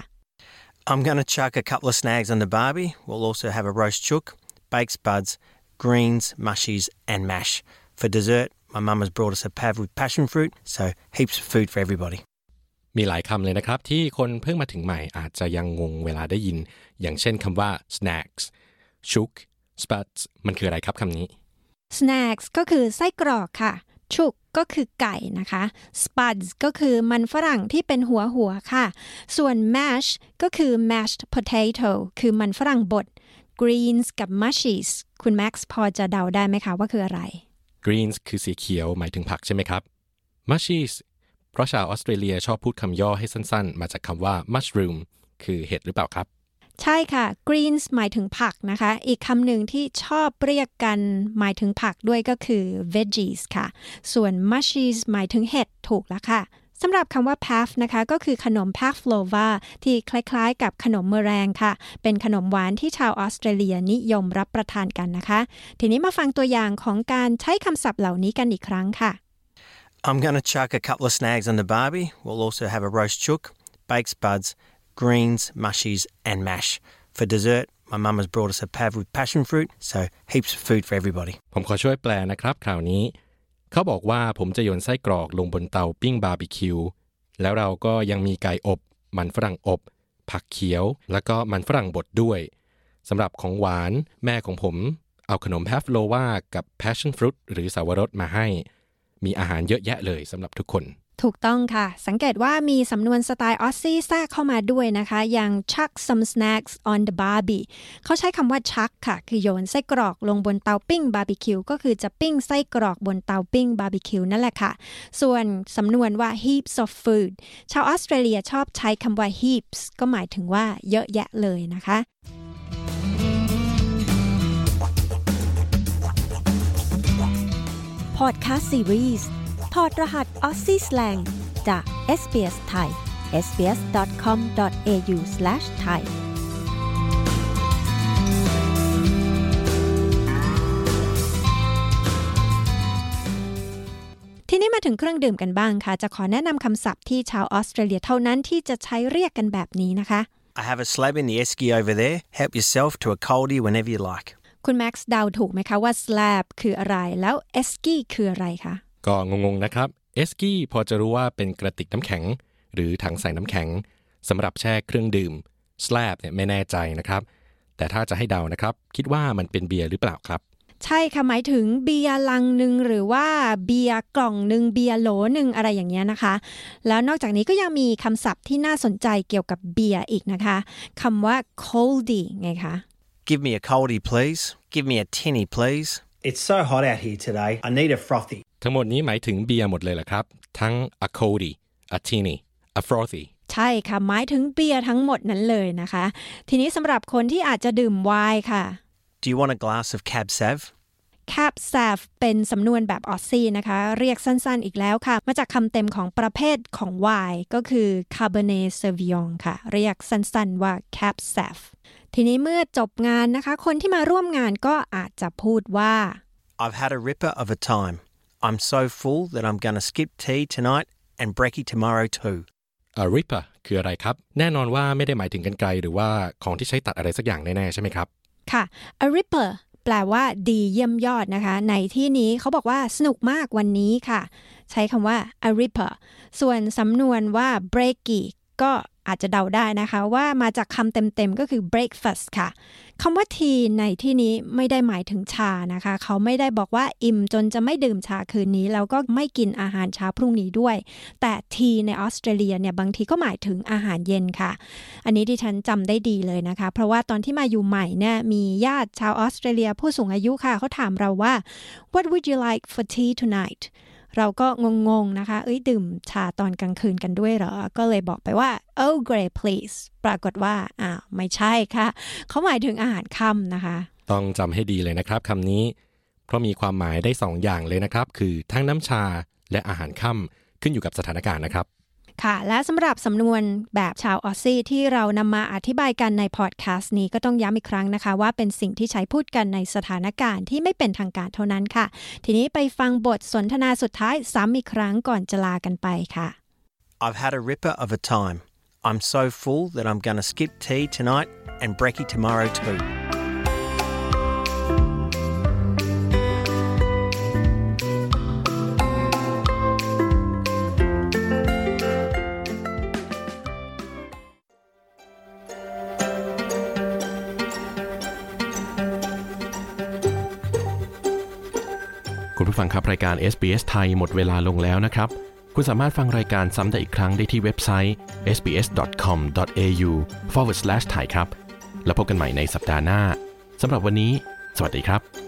I'm going to chuck a couple of snags on the barbie. We'll also have a roast chook, baked spuds.Greens, mushies and mash. For dessert, my mum has brought us a pav with passion fruit, so heaps of food for everybody. มีหลายคำเลยนะครับที่คนเพิ่งมาถึงใหม่อาจจะยังงงเวลาได้ยินอย่างเช่นคำว่า snacks, chook, spuds มันคืออะไรครับคำนี้ snacks ก็คือไส้กรอกค่ะ chook ก็คือไก่นะคะ spuds ก็คือมันฝรั่งที่เป็นหัวหัวค่ะส่วน mash ก็คือ mashed potato คือมันฝรั่งบดgreens กับ mushies คุณแม็กซ์พอจะเดาได้ไหมคะว่าคืออะไร greens คือสีเขียวหมายถึงผักใช่ไหมครับ mushies เพราะชาวออสเตรเลียชอบพูดคำย่อให้สั้นๆมาจากคำว่า mushroom คือเห็ดหรือเปล่าครับใช่ค่ะ greens หมายถึงผักนะคะอีกคำหนึ่งที่ชอบเรียกกันหมายถึงผักด้วยก็คือ veggies ค่ะส่วน mushies หมายถึงเห็ดถูกแล้วค่ะสำหรับคำว่า puff นะคะก็คือขนม pavlova ที่คล้ายๆกับขนมเมอแรงค่ะเป็นขนมหวานที่ชาวออสเตรเลียนิยมรับประทานกันนะคะทีนี้มาฟังตัวอย่างของการใช้คำศัพท์เหล่านี้กันอีกครั้งค่ะ I'm going to chuck a couple of snags on the barbie. We'll also have a roast chook, baked spuds, greens, mushies and mash. For dessert, my mum has brought us a pav with passion fruit, so heaps of food for everybody. ผมขอช่วยแปลนะครับคราวนี้เขาบอกว่าผมจะโยนไส้กรอกลงบนเตาปิ้งบาร์บีคิวแล้วเราก็ยังมีไก่อบมันฝรั่งอบผักเขียวแล้วก็มันฝรั่งบดด้วยสำหรับของหวานแม่ของผมเอาขนมพาฟโลวากับ passion fruit หรือสาวรสมาให้มีอาหารเยอะแยะเลยสำหรับทุกคนถูกต้องค่ะสังเกตว่ามีสำนวนสไตล์ออสซี่แทรกเข้ามาด้วยนะคะอย่าง chuck some snacks on the barbie เขาใช้คำว่า chuck ค่ะคือโยนไส้กรอกลงบนเตาปิ้งบาร์บีคิวก็คือจะปิ้งไส้กรอกบนเตาปิ้งบาร์บีคิวนั่นแหละค่ะส่วนสำนวนว่า heaps of food ชาวออสเตรเลียชอบใช้คำว่า heaps ก็หมายถึงว่าเยอะแยะเลยนะคะพอดแคสต์ซีรีส์ถอดรหัส Aussie Slang จาก เอส บี เอส ไทย เอส บี เอส ดอท คอม ดอท เอ ยู สแลช ไทย ทีนี้มาถึงเครื่องดื่มกันบ้างค่ะจะขอแนะนำคำศัพท์ที่ชาวออสเตรเลียเท่านั้นที่จะใช้เรียกกันแบบนี้นะคะ I have a slab in the esky over there. Help yourself to a coldie whenever you like. คุณแม็กซ์เดาถูกไหมคะว่า slab คืออะไรแล้ว esky คืออะไรคะก็งงๆนะครับเอสกี้พอจะรู้ว่าเป็นกระติกน้ำแข็งหรือถังใส่น้ำแข็งสำหรับแช่เครื่องดื่ม slab เนี่ยไม่แน่ใจนะครับแต่ถ้าจะให้เดานะครับคิดว่ามันเป็นเบียร์หรือเปล่าครับใช่ค่ะหมายถึงเบียร์ลังนึงหรือว่าเบียร์กล่องนึงเบียร์โหลนึงอะไรอย่างเงี้ยนะคะแล้วนอกจากนี้ก็ยังมีคำศัพท์ที่น่าสนใจเกี่ยวกับเบียร์อีกนะคะคำว่า coldie ไงคะ Give me a coldie please. Give me a tinny please.It's so hot out here today. I need a frothy. ทั้งหมดนี้หมายถึงเบียร์หมดเลยเหรอครับทั้ง a coldie, a tinny, a frothy ใช่ค่ะหมายถึงเบียร์ทั้งหมดนั้นเลยนะคะทีนี้สำหรับคนที่อาจจะดื่มไวน์ค่ะ Do you want a glass of Cab Sav? Cab Sav เป็นสำนวนแบบออสซี่นะคะเรียกสั้นๆอีกแล้วค่ะมาจากคำเต็มของประเภทของไวน์ก็คือ Cabernet Sauvignon ค่ะเรียกสั้นๆว่า Cab Savทีนี้เมื่อจบงานนะคะคนที่มาร่วมงานก็อาจจะพูดว่า I've had a ripper of a time. I'm so full that I'm going to skip tea tonight and brekkie tomorrow too. A ripper คืออะไรครับแน่นอนว่าไม่ได้หมายถึงกรรไกรหรือว่าของที่ใช้ตัดอะไรสักอย่างแน่ๆใช่ไหมครับค่ะ A ripper แปลว่าดีเยี่ยมยอดนะคะในที่นี้เขาบอกว่าสนุกมากวันนี้ค่ะใช้คำว่า A ripper ส่วนสำนวนว่า brekkie ก็อาจจะเดาได้นะคะว่ามาจากคำเต็มๆก็คือ breakfast ค่ะคำว่า tea ในที่นี้ไม่ได้หมายถึงชานะคะเขาไม่ได้บอกว่าอิ่มจนจะไม่ดื่มชาคืนนี้แล้วก็ไม่กินอาหารเช้าพรุ่งนี้ด้วยแต่ tea ในออสเตรเลียเนี่ยบางทีก็หมายถึงอาหารเย็นค่ะอันนี้ดิฉันจำได้ดีเลยนะคะเพราะว่าตอนที่มาอยู่ใหม่เนี่ยมีญาติชาวออสเตรเลียผู้สูงอายุค่ะเขาถามเราว่า What would you like for tea tonightเราก็งงๆนะคะเอ้ยดื่มชาตอนกลางคืนกันด้วยเหรอก็เลยบอกไปว่า Oh Grey please ปรากฏว่าอ้าวไม่ใช่ค่ะเขาหมายถึงอาหารค่ำนะคะต้องจำให้ดีเลยนะครับคำนี้เพราะมีความหมายได้สองอย่างเลยนะครับคือทั้งน้ำชาและอาหารค่ำขึ้นอยู่กับสถานการณ์นะครับค่ะและสำหรับสำนวนแบบชาวออสซี่ที่เรานำมาอธิบายกันในพอดแคสต์นี้ก็ต้องย้ำอีกครั้งนะคะว่าเป็นสิ่งที่ใช้พูดกันในสถานการณ์ที่ไม่เป็นทางการเท่านั้นค่ะทีนี้ไปฟังบทสนทนาสุดท้ายซ้ำอีกครั้งก่อนจะลากันไปค่ะ I've had a ripper of a time. I'm so full that I'm going to skip tea tonight and brekkie tomorrow too. คุณผู้ฟังครับรายการ เอส บี เอส ไทยหมดเวลาลงแล้วนะครับคุณสามารถฟังรายการซ้ำได้อีกครั้งได้ที่เว็บไซต์ เอส บี เอส ดอท คอม ดอท เอ ยู ฟอร์วาร์ด สแลช ไทย ครับแล้วพบกันใหม่ในสัปดาห์หน้าสำหรับวันนี้สวัสดีครับ